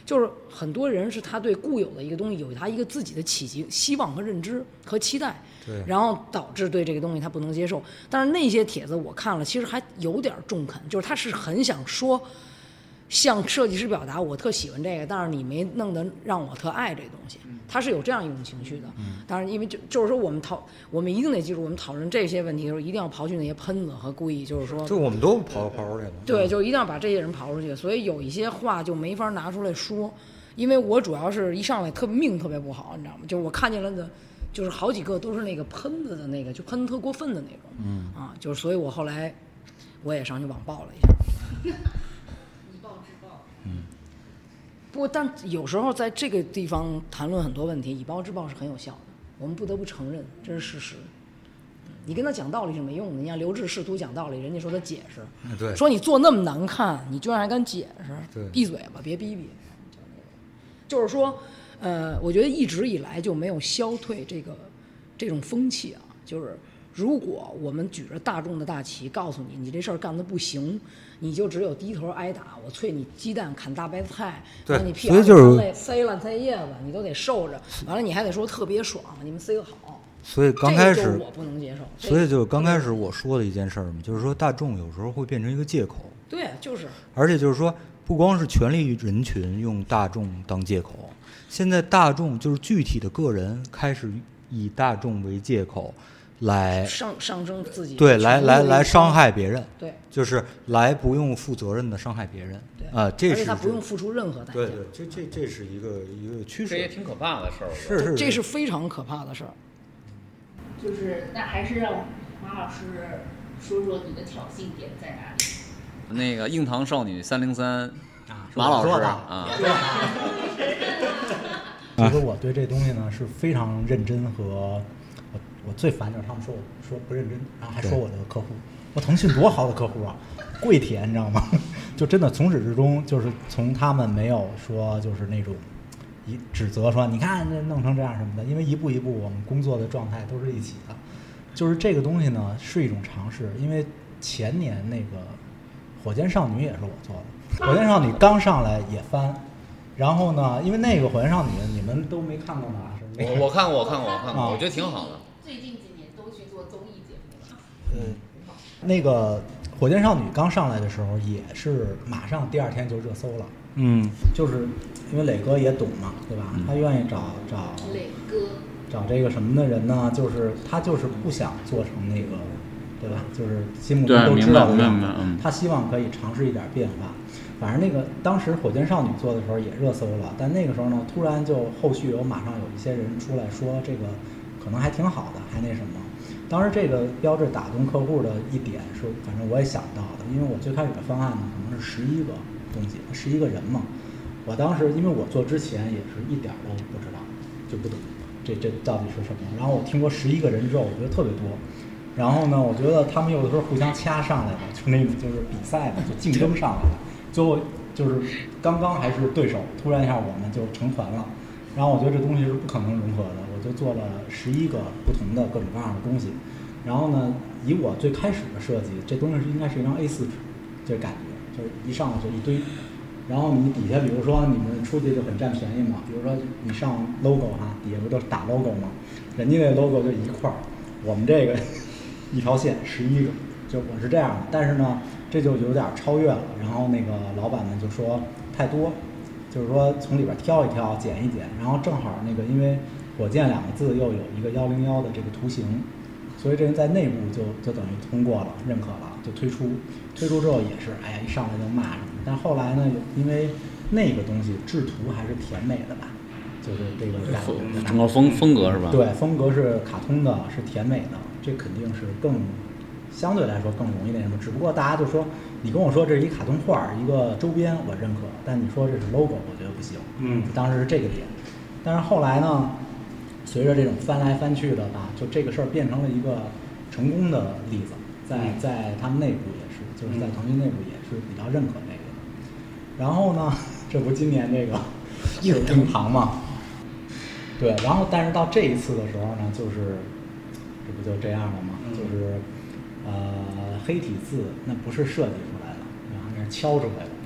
就是很多人是他对固有的一个东西有他一个自己的希望和认知和期待， 对， 然后导致对这个东西他不能接受。但是那些帖子我看了，其实还有点中肯，就是他是很想说，向设计师表达我特喜欢这个，但是你没弄得让我特爱这个东西，他是有这样一种情绪的。当然，因为就是说我们一定得记住，我们讨论这些问题的时候，一定要刨去那些喷子和故意就是说， 就我们都刨出去了。 对，就一定要把这些人刨出去。所以有一些话就没法拿出来说，因为我主要是一上来命特别不好，你知道吗？就是我看见了的，就是好几个都是那个喷子的那个，就喷特过分的那种，就是所以我后来我也上去网暴了一下。不过，但有时候在这个地方谈论很多问题，以暴制暴是很有效的。我们不得不承认，这是事实。你跟他讲道理是没用的。你像刘志试图讲道理，人家说他解释， 对， 说你做那么难看，你居然还敢解释， 对， 闭嘴吧，别逼逼。就是说，我觉得一直以来就没有消退这种风气啊，就是如果我们举着大众的大旗，告诉你这事儿干得不行，你就只有低头挨打。我啐你鸡蛋砍大白菜， 对， 你屁眼塞烂菜叶子，你都得受着。完了，你还得说特别爽，你们塞个好。 所以刚开始我不能接受。 所以就是刚开始我说的一件事儿嘛，就是说大众有时候会变成一个借口。 对，就是。 而且就是说，不光是权力人群用大众当借口，现在大众就是具体的个人开始以大众为借口。来上升自己， 对，来伤害别人， 对， 就是来不用负责任的伤害别人， 对，而且他不用付出任何代价， 对，这是一个趋势， 这也挺可怕的事儿， 是这是非常可怕的事儿。 就是那还是让马老师说说你的挑衅点在哪里？ 那个硬糖少女303，马老师啊， 其实我对这东西呢是非常认真和。我最烦就是他们说我说不认真，然后还说我的客户，我腾讯多好的客户啊，跪舔，你知道吗？就真的从始至终就是从他们没有说就是那种指责说你看这弄成这样什么的，因为一步一步我们工作的状态都是一起的，就是这个东西呢是一种尝试。因为前年那个火箭少女也是我做的，火箭少女刚上来也翻，然后呢因为那个火箭少女你们都没看过吗？ 我看过，我觉得挺好的。 最近几年都去做综艺节目了。 那个火箭少女刚上来的时候，也是马上第2天就热搜了。就是因为磊哥也懂嘛，对吧？他愿意找磊哥， 找这个什么的人呢？就是他就是不想做成那个，对吧？就是心目中都知道的样子。他希望可以尝试一点变化。反正那个当时火箭少女做的时候也热搜了，但那个时候呢，突然就后续马上有一些人出来说这个可能还挺好的，还那什么。当时这个标志打动客户的一点是，反正我也想到的，因为我最开始的方案呢可能是11个东西，11个人嘛。我当时因为我做之前也是一点都不知道，就不懂这到底是什么。然后我听说11个人之后，我觉得特别多。然后呢，我觉得他们有的时候互相掐上来的，就那种就是比赛的，就竞争上来的。最后就是刚刚还是对手，突然一下我们就成团了。然后我觉得这东西是不可能融合的，我就做了11个不同的各种各样的东西。然后呢，以我最开始的设计，这东西应该是一张A4纸，这感觉就是一上来就一堆。然后你底下比如说你们出去就很占便宜嘛，比如说你上 logo 哈，底下不都是打 logo 吗？人家那 logo 就一块儿，我们这个一条线11个，就我是这样的。但是呢，这就有点超越了。然后那个老板们就说太多，就是说从里边挑一挑，剪一剪。然后正好那个因为火箭2个字又有一个101的这个图形，所以这人在内部就等于通过了，认可了，就推出之后也是，哎呀，一上来就骂什么。但后来呢，因为那个东西制图还是甜美的吧，就是这个感觉， 整个风格是吧？ 对，风格是卡通的，是甜美的，这肯定是相对来说更容易那什么。只不过大家就说，你跟我说这是一卡通画，一个周边，我认可，但你说这是 logo， 我觉得不行。当时是这个点。但是后来呢，随着这种翻来翻去的吧，就这个事儿变成了一个成功的例子，在他们内部也是，就是在腾讯内部也是比较认可这个的。然后呢，这不今年这个硬糖嘛，对，然后但是到这一次的时候呢，就是这不就这样了吗？就是黑体字那不是设计出来的，然后那是敲出来的，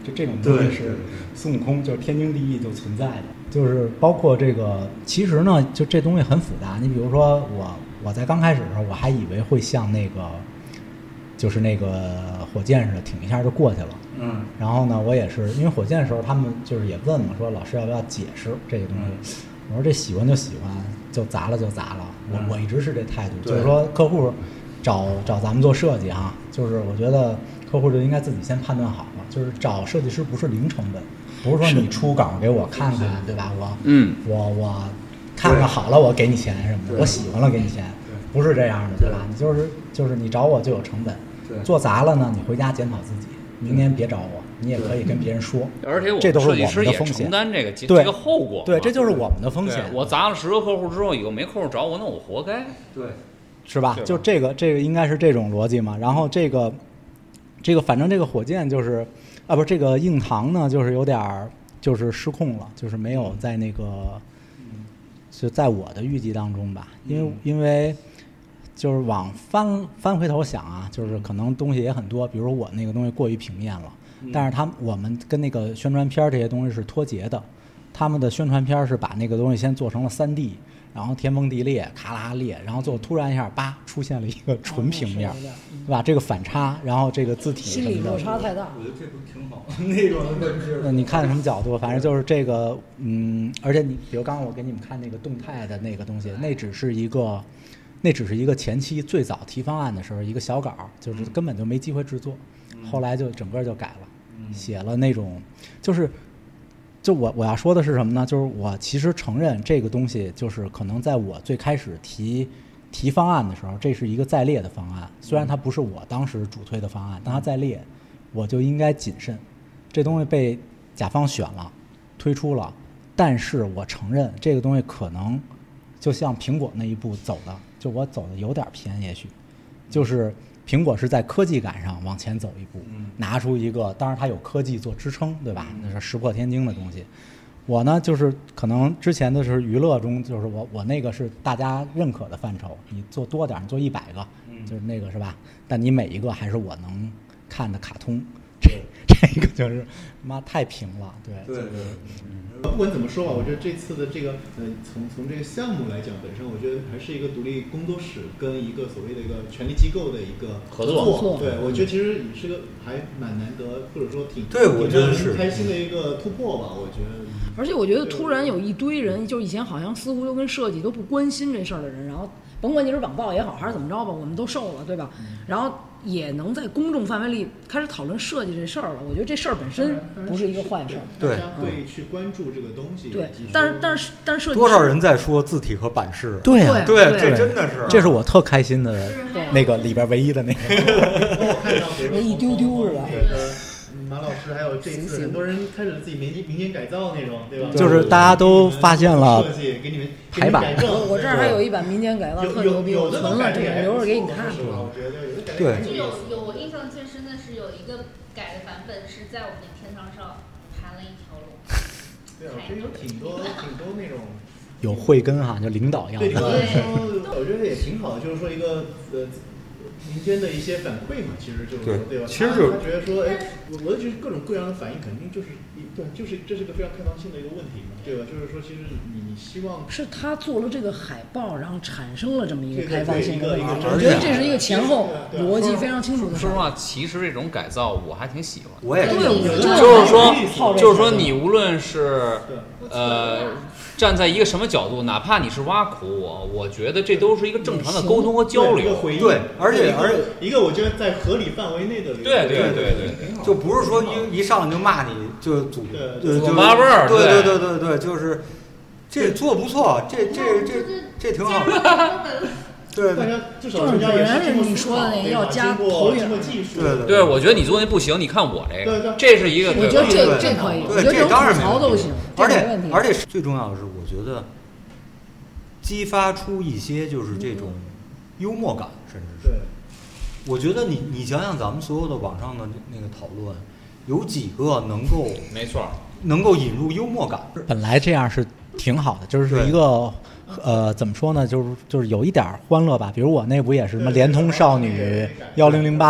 这种东西是孙悟空就是天经地义就存在的，就是包括这个，其实呢，就这东西很复杂。你比如说我在刚开始的时候，我还以为会像那个就是那个火箭似的，挺一下就过去了。然后呢，我也是因为火箭的时候，他们就是也问嘛，说老师要不要解释这个东西？我说这喜欢就喜欢，就砸了就砸了。我一直是这态度，就是说客户找咱们做设计啊，就是我觉得客户就应该自己先判断好了，就是找设计师不是零成本，不是说你出稿给我看看，对吧？我看看好了我给你钱什么的，我喜欢了给你钱，不是这样的，对吧？你就是你找我就有成本，做砸了呢，你回家检讨自己，明年别找我。你也可以跟别人说， 而且我这都是我们设计师也的风险， 承担这个后果。 对，这就是我们的风险。 我砸了10个客户之后，以后没客户找我，那我活该。 对， 是吧？就这个应该是这种逻辑嘛。然后这个反正这个火箭就是啊，不是这个硬糖呢，就是有点就是失控了，就是没有在那个就在我的预计当中吧，因为就是往翻回头想啊，就是可能东西也很多，比如我那个东西过于平面了，但是我们跟那个宣传片这些东西是脱节的，他们的宣传片是把那个东西先做成了3D， 然后天崩地裂，咔啦裂，然后最后突然一下出现了一个纯平面，对吧？这个反差，然后这个字体心理落差太大。 我觉得这不挺好。那个你看什么角度？反正就是这个，而且比如刚刚我给你们看那个动态的那个东西，那只是一个前期最早提方案的时候一个小稿，就是根本就没机会制作，后来就整个就改了，写了那种，就我要说的是什么呢？就是我其实承认这个东西，就是可能在我最开始提方案的时候，这是一个在列的方案，虽然它不是我当时主推的方案，但它在列，我就应该谨慎。这东西被甲方选了，推出了，但是我承认这个东西可能就像苹果那一步走的，就我走的有点偏，也许就是苹果是在科技感上往前走一步，拿出一个，当然它有科技做支撑，对吧？那是石破天惊的东西。我呢，就是可能之前的是娱乐中，就是我那个是大家认可的范畴，你做多点，你做100个，就是那个是吧？但你每一个还是我能看的卡通，这个就是妈太平了，对。 不管怎么说吧，我觉得这次的这个从这个项目来讲，本身我觉得还是一个独立工作室跟一个所谓的一个权力机构的一个合作。 对，我觉得其实也是个还蛮难得，或者说挺我觉得是开心的一个突破吧。我觉得， 而且我觉得突然有一堆人，就以前好像似乎都跟设计都不关心这事儿的人，然后甭管你是网暴也好还是怎么着吧，我们都受了，对吧？然后也能在公众范围里开始讨论设计这事儿了。我觉得这事儿本身不是一个坏事儿， 大家会去关注这个东西。 对，但是设计多少人在说字体和版式？ 对呀， 对，这真的是， 这是我特开心的那个里边唯一的那个。 我看到一丢丢是吧？ 马老师还有这次很多人开始自己民间改造那种，对吧？ 就是大家都发现了设计给你们排版。 我这儿还有一版民间改造特牛逼，我存了，这个留着给你看。 对， 有我印象最深的是有一个改的版本是在我们的天堂上盘了一条龙。 对啊，其实有挺多那种有慧根哈，就领导样子。对，我觉得也挺好的，就是说一个民间的一些反馈嘛，其实就是说，对吧？ 其实就是他觉得说，我觉得各种各样的反应，肯定就是这是个非常开放性的一个问题嘛，对吧？就是说，其实你希望是他做了这个海报，然后产生了这么一个开放性的问题。 我觉得这是一个前后逻辑非常清楚的。 说实话，其实这种改造我还挺喜欢。 我也是， 就是说你无论是站在一个什么角度，哪怕你是挖苦我觉得这都是一个正常的沟通和交流。 对，而且一个我觉得在合理范围内的。 对， 就不是说一上来就骂你就祖妈味儿。 对，就是这做不错，这挺好的。对， 大家至少就是本来你说的那个要加投影技术。 对，我觉得你做那不行，你看我这个，这是一个。 我觉得这可以，我觉得这种吐槽都行， 而且最重要的是，我觉得激发出一些就是这种幽默感，甚至是。我觉得你想想咱们所有的网上的那个讨论，有几个能够引入幽默感？ 本来这样是挺好的，就是一个。怎么说呢？就是有一点欢乐吧。比如我那不也是什么联通少女10086，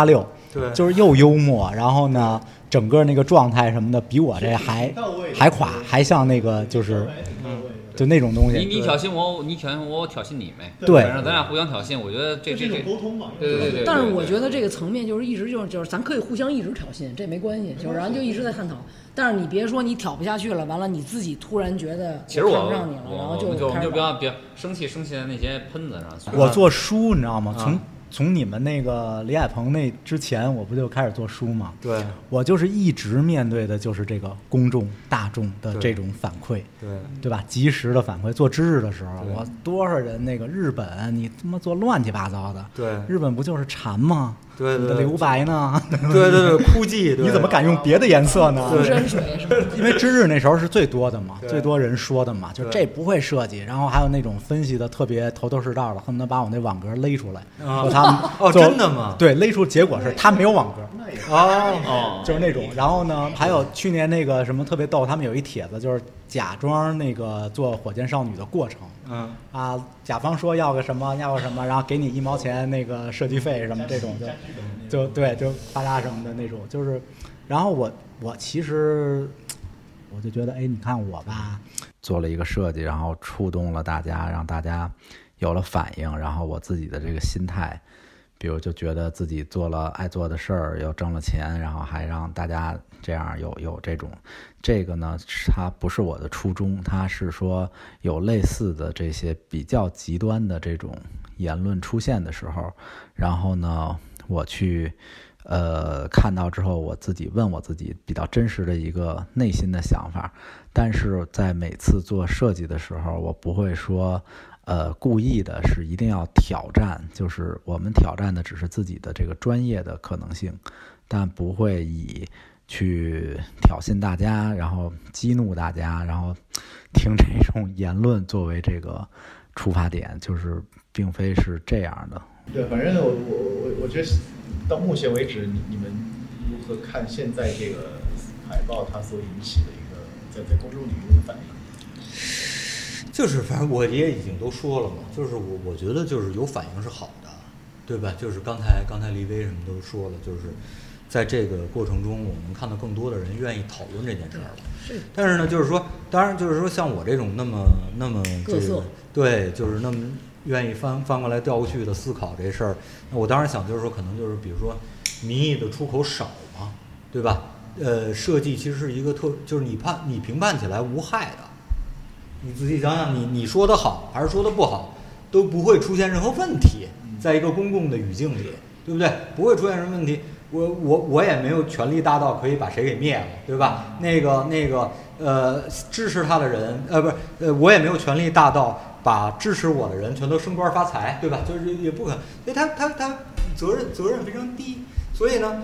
对， 就是又幽默，然后呢，整个那个状态什么的，比我这还垮，还像那个就是就那种东西。 你挑衅我，你挑衅我，我挑衅你呗。 对， 反正咱俩互相挑衅，我觉得这种沟通嘛。 对。 但是我觉得这个层面就是一直就是咱可以互相一直挑衅，这没关系，就是然后就一直在探讨。但是你别说你挑不下去了，完了你自己突然觉得其实我看不上你了，然后就不要生气在那些喷子上。 我做书你知道吗？从你们那个李海鹏那之前，我不就开始做书吗？ 对， 我就是一直面对的就是这个公众大众的这种反馈，对吧？及时的反馈。做知识的时候，我多少人那个日本，你他妈做乱七八糟的， 对， 日本不就是蝉吗？ 对， 你的留白呢？ 对，哭泣， 你怎么敢用别的颜色呢？ 山水是吧？ 因为知识那时候是最多的嘛，最多人说的嘛，就这不会设计，然后还有那种分析的特别头头是道的，恨不得把我那网格勒出来，说他们真的吗？ 对，勒出结果是他没有网格，就是那种。然后呢，还有去年那个什么特别逗，他们有一帖子就是假装那个做火箭少女的过程。甲方说要个什么，然后给你1毛钱那个设计费什么这种，就巴拉什么的那种，就是，然后我其实我就觉得，哎，你看我吧，做了一个设计，然后触动了大家，让大家有了反应，然后我自己的这个心态，比如就觉得自己做了爱做的事儿，又挣了钱，然后还让大家这样有这个呢，它不是我的初衷，它是说有类似的这些比较极端的这种言论出现的时候，然后呢，我去看到之后，我自己问我自己比较真实的一个内心的想法，但是在每次做设计的时候，我不会说故意的是一定要挑战，就是我们挑战的只是自己的这个专业的可能性，但不会以去挑衅大家，然后激怒大家，然后听这种言论作为这个出发点，就是并非是这样的。 对，反正我觉得到目前为止，你们如何看现在这个海报它所引起的一个在公众领域的反应？ 就是反正我也已经都说了嘛，就是我觉得就是有反应是好的，对吧？就是刚才黎威什么都说了，就是在这个过程中，我们看到更多的人愿意讨论这件事儿了。 是。 但是呢，就是说，当然就是说，像我这种那么各色， 对，就是那么愿意翻过来调过去的思考这事儿，那我当然想就是说，可能就是比如说，民意的出口少嘛，对吧？设计其实是一个就是你评判起来无害的。你仔细想想，你说的好还是说的不好，都不会出现任何问题，在一个公共的语境里，对不对？不会出现什么问题。我也没有权力大到可以把谁给灭了，对吧？那个支持他的人，我也没有权力大到把支持我的人全都升官发财，对吧？就是也不可能，所以他责任非常低。所以呢，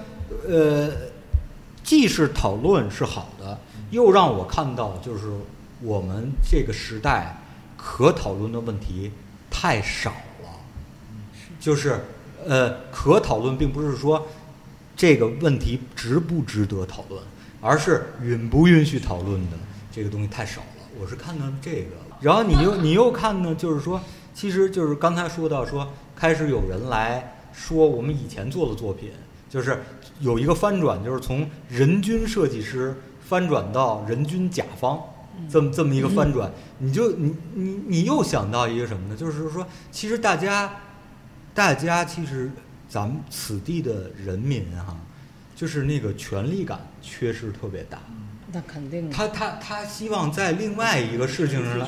既是讨论是好的，又让我看到就是我们这个时代可讨论的问题太少了，就是可讨论并不是说这个问题值不值得讨论，而是允不允许讨论的这个东西太少了。我是看到这个，然后你又看呢，就是说，其实就是刚才说到说，开始有人来说我们以前做的作品，就是有一个翻转，就是从人均设计师翻转到人均甲方，这么一个翻转，你又想到一个什么呢？就是说，其实大家其实咱们此地的人民哈，就是那个权力感缺失特别大。 那肯定。 他希望在另外一个事情上，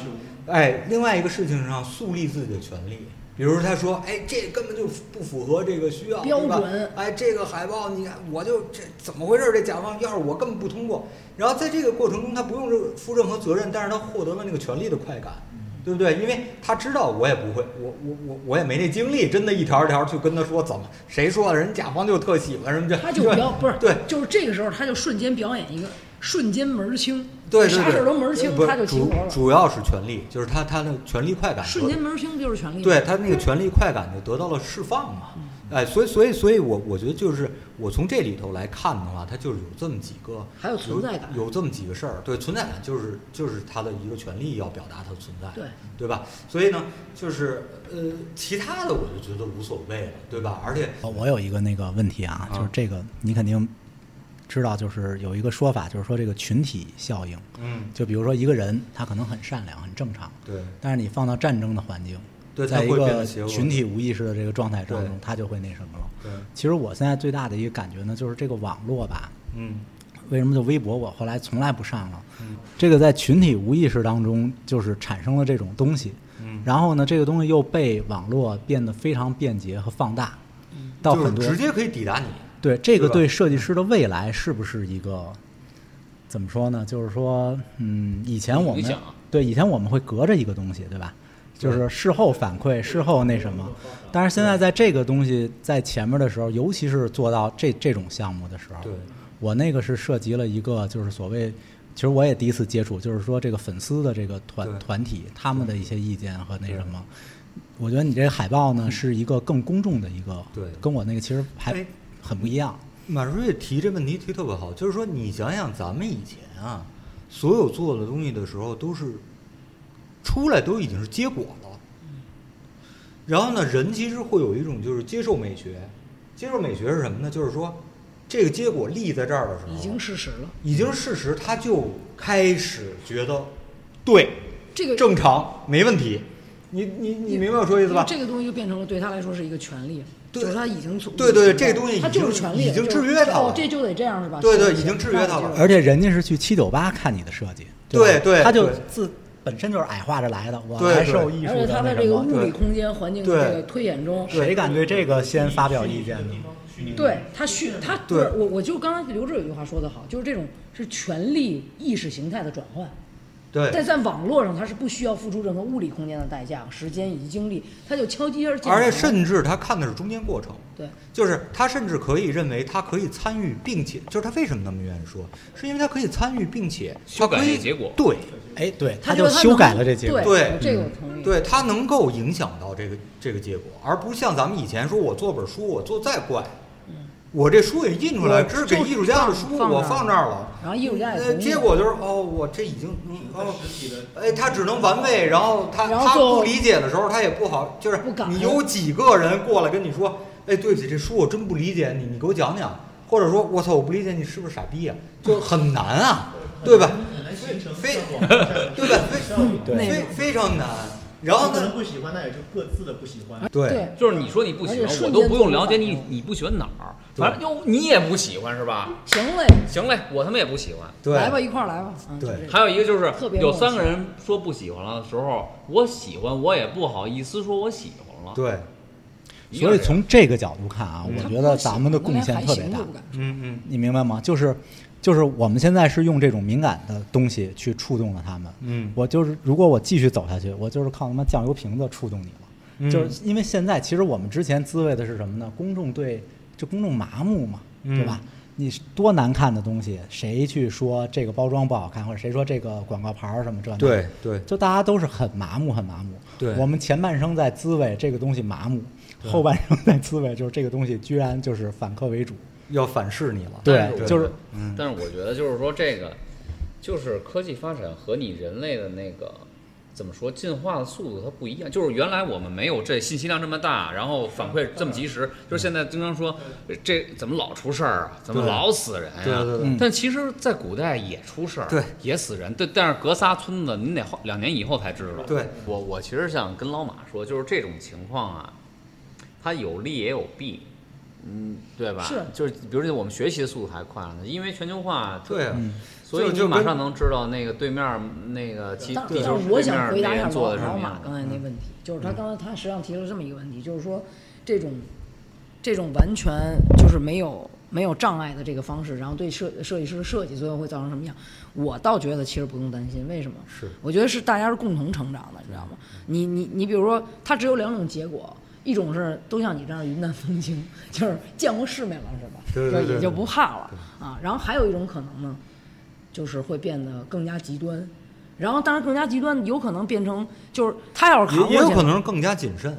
树立自己的权利。比如他说，哎，这根本就不符合这个需要标准。 哎，这个海报，你看，我就这怎么回事？这甲方要是我根本不通过。然后在这个过程中，他不用负任何责任，但是他获得了那个权利的快感。对不对？因为他知道我也不会，我也没那精力，真的一条一条去跟他说怎么谁说的，人甲方就特喜欢什么这， 他就不是对，就是这个时候他就瞬间表演一个瞬间门清， 对， 啥事都门清，他就齐活了。 主要是权力，就是他的权力快感， 瞬间门清就是权力， 对他那个权力快感就得到了释放嘛。 哎，所以我觉得就是我从这里头来看的话，它就是有这么几个， 还有存在感， 有这么几个事儿。对，存在感就是他的一个权利要表达他的存在，对吧？所以呢，就是其他的我就觉得无所谓了，对吧？而且我有一个那个问题啊，就是这个你肯定知道，就是有一个说法，就是说这个群体效应，就比如说一个人他可能很善良很正常， 对， 但是你放到战争的环境。在一个群体无意识的这个状态当中，他就会那什么了。 对， 其实我现在最大的一个感觉呢，就是这个网络吧，为什么就微博我后来从来不上了？这个在群体无意识当中就是产生了这种东西，然后呢，这个东西又被网络变得非常便捷和放大，到很多直接可以抵达你。 对，这个对设计师的未来是不是一个怎么说呢？就是说，以前我们会隔着一个东西，对吧？就是事后反馈，事后那什么，但是现在在这个东西在前面的时候，尤其是做到这种项目的时候，我那个是涉及了一个就是所谓，其实我也第一次接触，就是说这个粉丝的这个团体他们的一些意见和那什么，我觉得你这个海报呢是一个更公众的一个，跟我那个其实还很不一样。 马瑞提这问题提特别好，就是说你想想咱们以前啊，所有做的东西的时候都是。出来都已经是结果了，然后呢，人其实会有一种就是接受美学。接受美学是什么呢？就是说，这个结果立在这儿的时候， 已经事实了， 已经事实，他就开始觉得对， 这个正常没问题。你明白我说意思吧？ 这个东西就变成了对他来说是一个权利，就是他已经对，这个东西他就是权利， 已经制约他了， 这就得这样是吧？ 对，已经制约他了。 而且人家是去798看你的设计， 对， 他就本身就是矮化着来的，我来受艺术的。 而且他在这个物理空间环境的这个推演中， 谁敢对这个先发表意见呢？ 对他不是我就刚才刘志有句话说得好，就是这种是权力意识形态的转换。 对， 但在网络上，它是不需要付出任何物理空间的代价、时间以及精力，它就敲击而且甚至他看的是中间过程。 对， 就是他甚至可以认为他可以参与，并且就是他为什么那么愿意说，是因为他可以参与，并且修改这结果。 对， 对，他就修改了这结果。 对， 这个我同意。 对，他能够影响到这个结果，而不像咱们以前说我做本书，我做再怪。我这书也印出来，这是给艺术家的书，我放这儿了。 然后艺术家也结果就是我这已经他只能完备，然后他不理解的时候，他也不好，就是你有几个人过来跟你说，对不起，这书我真不理解，你给我讲讲，或者说我操，我不理解，你是不是傻逼呀？就很难啊，对吧？非常难。然后呢？不喜欢，那也就各自的不喜欢。 对， 就是你说你不喜欢，我都不用了解你不喜欢哪儿，反正你也不喜欢是吧？行嘞，我他妈也不喜欢。 对， 来吧，一块儿来吧。 对， 还有一个就是有3个人说不喜欢了的时候，我喜欢，我也不好意思说我喜欢了。 对， 所以从这个角度看啊，我觉得咱们的贡献特别大。你明白吗？就是我们现在是用这种敏感的东西去触动了他们。我就是如果我继续走下去，我就是靠他妈酱油瓶子触动你了。就是因为现在其实我们之前滋味的是什么呢？公众麻木嘛，对吧？你多难看的东西，谁去说这个包装不好看，或者谁说这个广告牌什么这？ 对， 就大家都是很麻木。 对， 我们前半生在滋味这个东西麻木，后半生在滋味就是这个东西居然就是反客为主。 要反噬你了， 对，就是， 但是我觉得就是说这个，就是科技发展和你人类的那个怎么说进化的速度它不一样。就是原来我们没有这信息量这么大，然后反馈这么及时，就是现在经常说这怎么老出事儿啊，怎么老死人呀？ 对。 但其实，在古代也出事儿， 对， 也死人，对。但是隔仨村子，你得2年以后才知道。 对， 我其实想跟老马说，就是这种情况啊，它有利也有弊。对吧？ 是， 就是比如说我们学习的速度还快了呢，因为全球化， 对， 所以你马上能知道那个对面那个地球对我想回答一下老马刚才那问题，就是他刚才他实际上提了这么一个问题，就是说这种完全就是没有障碍的这个方式，然后对设计师的设计最后会造成什么样？我倒觉得其实不用担心，为什么？ 是， 我觉得是大家是共同成长的，你知道吗？你比如说，它只有2种结果。一种是都像你这样云淡风轻，就是见过世面了是吧？ 对， 也就不怕了啊。然后还有一种可能呢，就是会变得更加极端。然后当然更加极端，有可能变成就是他要是扛过去， 也有可能更加谨慎。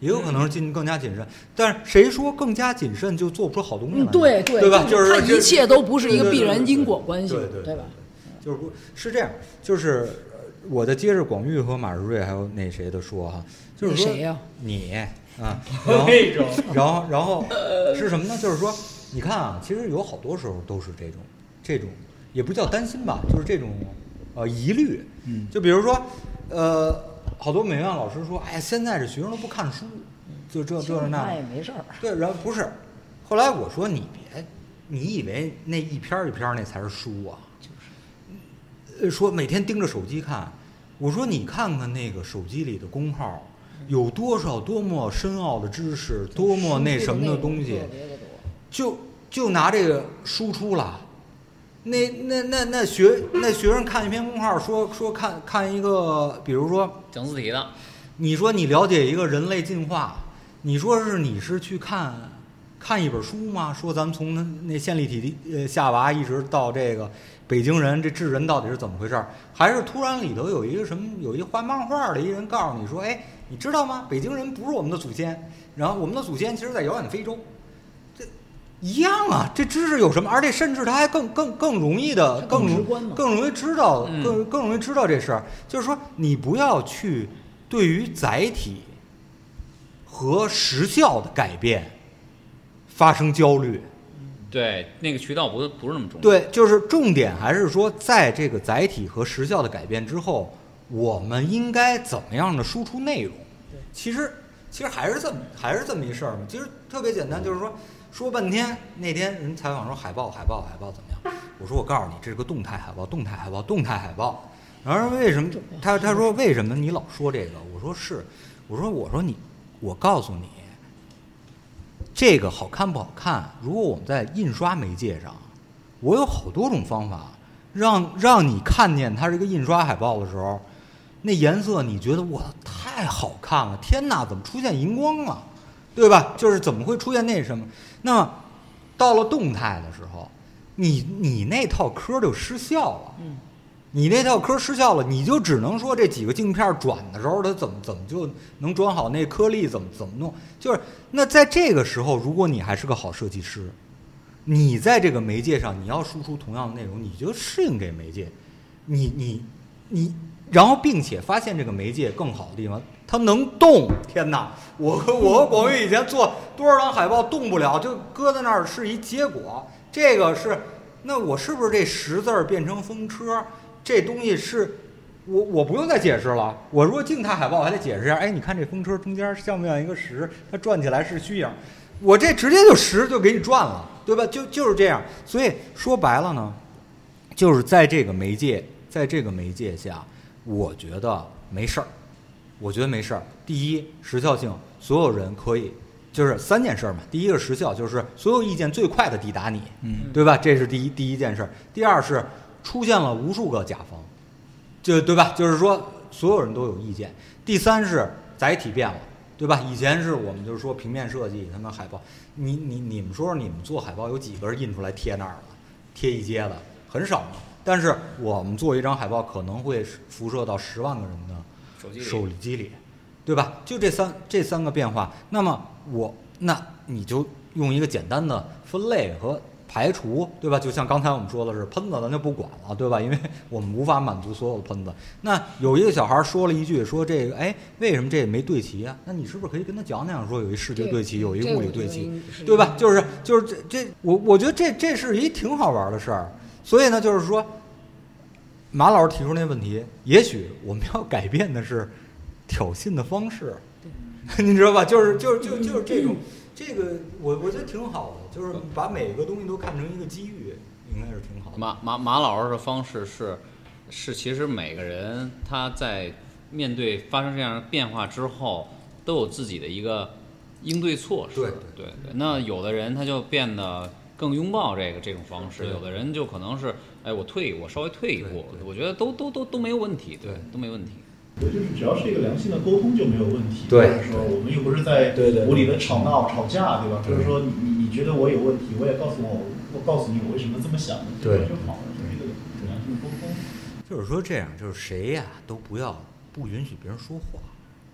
也有可能是更加谨慎。但是谁说更加谨慎就做不出好东西来？ 对对吧？就是它一切都不是一个必然因果关系， 对吧？ 是这样，就是我再接着广玉和马日瑞还有那谁的说哈，就是说谁呀？ 你啊，然后是什么呢？就是说，你看啊，其实有好多时候都是这种，也不叫担心吧，就是这种疑虑。就比如说好多美院老师说，哎呀，现在这学生都不看书，就这那也没事儿。 对，然后不是，后来我说你以为那一篇一篇那才是书啊？就是说每天盯着手机看，我说你看看那个手机里的公号。有多么深奥的知识，多么那什么的东西，就拿这个输出了。那学生看一篇公号说看一个，比如说整字体的， 你说你了解一个人类进化，你说你是去看一本书吗？说咱们从那线粒体夏娃一直到这个北京人，这智人到底是怎么回事？还是突然里头有一画漫画的一人告诉你说，哎。你知道吗？北京人不是我们的祖先，然后我们的祖先其实在遥远的非洲，这一样啊。这知识有什么？而且甚至它还更容易的，更容易知道，更容易知道这事儿。就是说，你不要去对于载体和时效的改变发生焦虑。 对，那个渠道不是那么重要。 对，就是重点还是说，在这个载体和时效的改变之后。我们应该怎么样的输出内容？其实还是这么一事儿嘛。其实特别简单，就是说半天。那天人采访说海报怎么样？我说我告诉你，这是个动态海报。然后为什么他说为什么你老说这个？我说是，我说你，我告诉你，这个好看不好看？如果我们在印刷媒介上，我有好多种方法，让你看见它是一个印刷海报的时候。那颜色你觉得哇太好看了，天哪，怎么出现荧光了，对吧？就是怎么会出现那什么？那么到了动态的时候，你那套科就失效了。你那套科失效了，你就只能说这几个镜片转的时候，它怎么就能转好那颗粒怎么弄？就是那在这个时候，如果你还是个好设计师，你在这个媒介上你要输出同样的内容，你就适应这媒介，你。然后，并且发现这个媒介更好的地方，它能动。天哪！我和广玉以前做多少张海报动不了，就搁在那儿是一结果。这个是，那我是不是这10字变成风车？这东西是，我不用再解释了。我如果静态海报，我还得解释一下。哎，你看这风车中间像不像一个10？它转起来是虚影。我这直接就10就给你转了，对吧？就是这样。所以说白了呢，就是在这个媒介下。我觉得没事儿。第一，时效性，所有人可以，就是3件事嘛。第一个时效，就是所有意见最快的抵达你，对吧？这是第一件事。第二是出现了无数个甲方，对吧？就是说所有人都有意见。第三是载体变了，对吧？以前是我们就是说平面设计，他们海报，你们说你们做海报有几个人印出来贴那儿了，贴一街的很少嘛。但是我们做一张海报可能会辐射到10万个人的手机里，对吧？就这三个变化，那么那你就用一个简单的分类和排除，对吧？就像刚才我们说的是喷子，咱就不管了，对吧？因为我们无法满足所有的喷子。那有一个小孩说了一句，说这个，哎，为什么这没对齐啊？那你是不是可以跟他讲讲，说有一视觉对齐，有一物理对齐，对吧？就是这，我觉得这是一挺好玩的事儿。所以呢，就是说，马老师提出那问题，也许我们要改变的是挑衅的方式，你知道吧？就是这种，这个我觉得挺好的，就是把每个东西都看成一个机遇，应该是挺好的。 马老师的方式是，其实每个人他在面对发生这样的变化之后，都有自己的一个应对措施。对。那有的人他就变得更拥抱这种方式，有的人就可能是，哎，我稍微退一步，我觉得都没有问题，对，都没问题。 我就是只要是一个良性的沟通就没有问题。 对， 就是说我们又不是在无理的吵闹吵架，对吧？就是说你觉得我有问题，我也告诉你我为什么这么想的，这就好了，就是一个良性的沟通。 就是说这样，就是谁呀都不允许别人说话。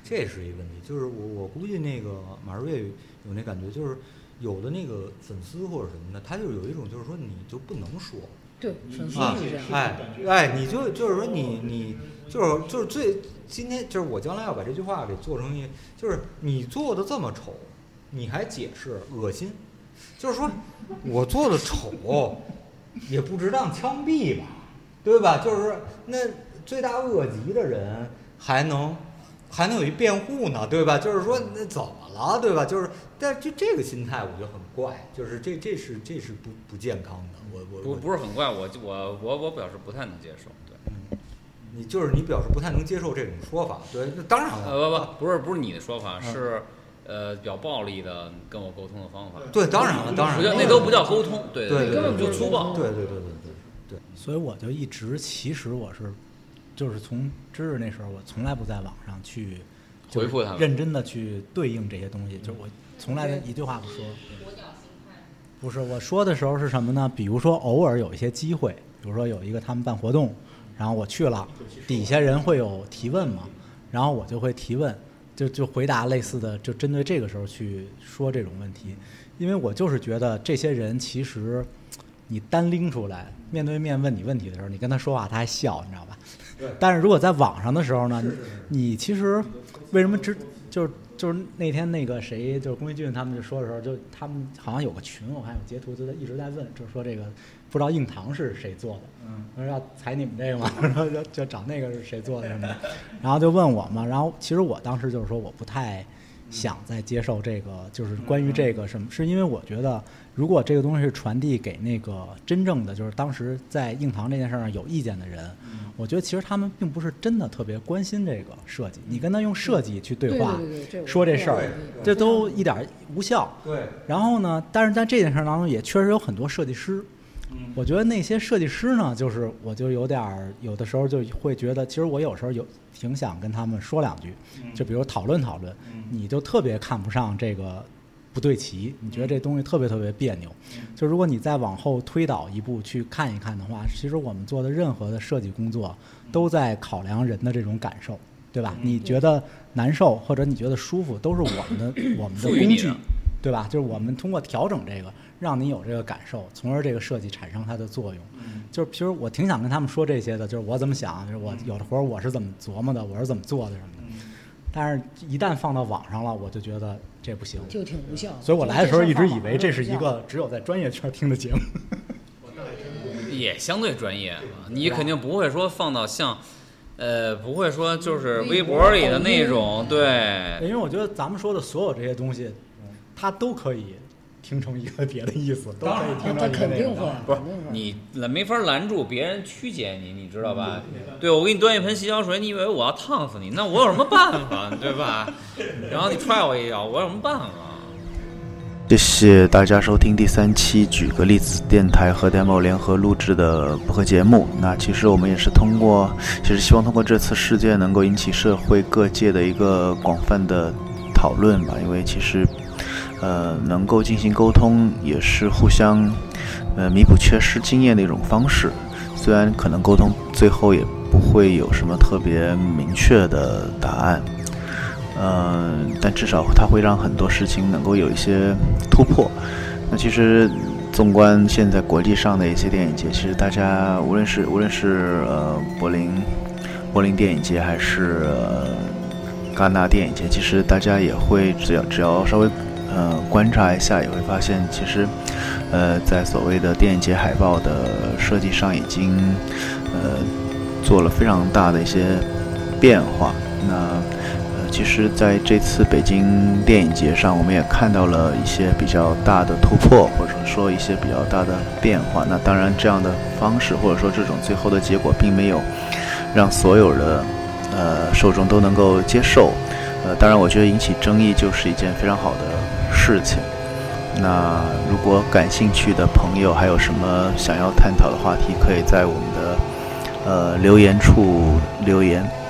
这是一个问题。就是我估计那个马瑞有那感觉，就是有的那个粉丝或者什么的，他就有一种就是说你就不能说。 对，粉丝是这样。 你就是说你就是今天就是我将来要把这句话给做成就是你做的这么丑，你还解释恶心，就是说我做的丑也不值当枪毙吧，对吧？就是那罪大恶极的人还能有一辩护呢，对吧？就是说那怎么了，对吧？就是但是这个心态我觉得很怪，就是这是不健康的。我不是很怪，我表示不太能接受，对。 你表示不太能接受这种说法，对，那当然了。 不是你的说法，是比较暴力的跟我沟通的方法。 对，当然了。 那都不叫沟通，对， 根本就粗暴。 对。 所以我就一直，其实我就是从知识那时候，我从来不在网上去回复他们， 认真的去对应这些东西，就是我从来一句话不说。不是我说的时候是什么呢？比如说偶尔有一些机会，比如说有一个他们办活动，然后我去了，底下人会有提问嘛，然后我就会提问，就回答类似的，就针对这个时候去说这种问题，因为我就是觉得这些人其实你单拎出来面对面问你问题的时候，你跟他说话他还笑，你知道吧？但是如果在网上的时候呢，你其实为什么就是那天那个谁，就是龚一俊他们就说的时候，就他们好像有个群，我看有截图，就一直在问，就是说这个不知道硬糖是谁做的，我说要踩你们这个嘛，然后就找那个是谁做的什么的，然后就问我嘛，然后其实我当时就是说我不太想再接受这个，就是关于这个什么，是因为我觉得如果这个东西是传递给那个真正的就是当时在硬糖这件事上有意见的人，我觉得其实他们并不是真的特别关心这个设计，你跟他用设计去对话，说这事儿，这都一点无效。 对。 然后呢，但是在这件事当中也确实有很多设计师，我觉得那些设计师呢，就是我就有的时候就会觉得，其实我有时候挺想跟他们说两句，就比如讨论讨论，你就特别看不上这个不对齐，你觉得这东西特别特别别扭，就如果你再往后推导一步去看一看的话，其实我们做的任何的设计工作都在考量人的这种感受，对吧？你觉得难受或者你觉得舒服，都是我们的工具，对吧？就是我们通过调整这个，让你有这个感受，从而这个设计产生它的作用。就是其实我挺想跟他们说这些的，就是我怎么想，就是我有的活我是怎么琢磨的，我是怎么做的什么的。但是一旦放到网上了，我就觉得这不行， 就挺无效。 所以我来的时候一直以为这是一个只有在专业圈听的节目， 也相对专业。你肯定不会说放到像，不会说就是微博里的那种，对。 因为我觉得咱们说的所有这些东西，它都可以听成一个别的意思，都可以听成一个肯定会， 不是你没法拦住别人曲解你，你知道吧？对，我给你端一盆洗脚水，你以为我要烫死你，那我有什么办法，对吧？然后你踹我一脚，我有什么办法？ 谢谢大家收听第3期举个例子电台和 Demo 联合录制的播客节目。那其实我们也是希望通过这次事件能够引起社会各界的一个广泛的讨论吧，因为其实能够进行沟通也是互相弥补缺失经验的一种方式，虽然可能沟通最后也不会有什么特别明确的答案，但至少它会让很多事情能够有一些突破。那其实纵观现在国际上的一些电影节，其实大家无论是柏林电影节还是戛纳电影节，其实大家也会只要稍微观察一下，也会发现其实在所谓的电影节海报的设计上已经做了非常大的一些变化。那其实在这次北京电影节上，我们也看到了一些比较大的突破，或者说一些比较大的变化。那当然这样的方式或者说这种最后的结果并没有让所有的受众都能够接受，当然我觉得引起争议就是一件非常好的事情。那如果感兴趣的朋友还有什么想要探讨的话题，可以在我们的留言处留言。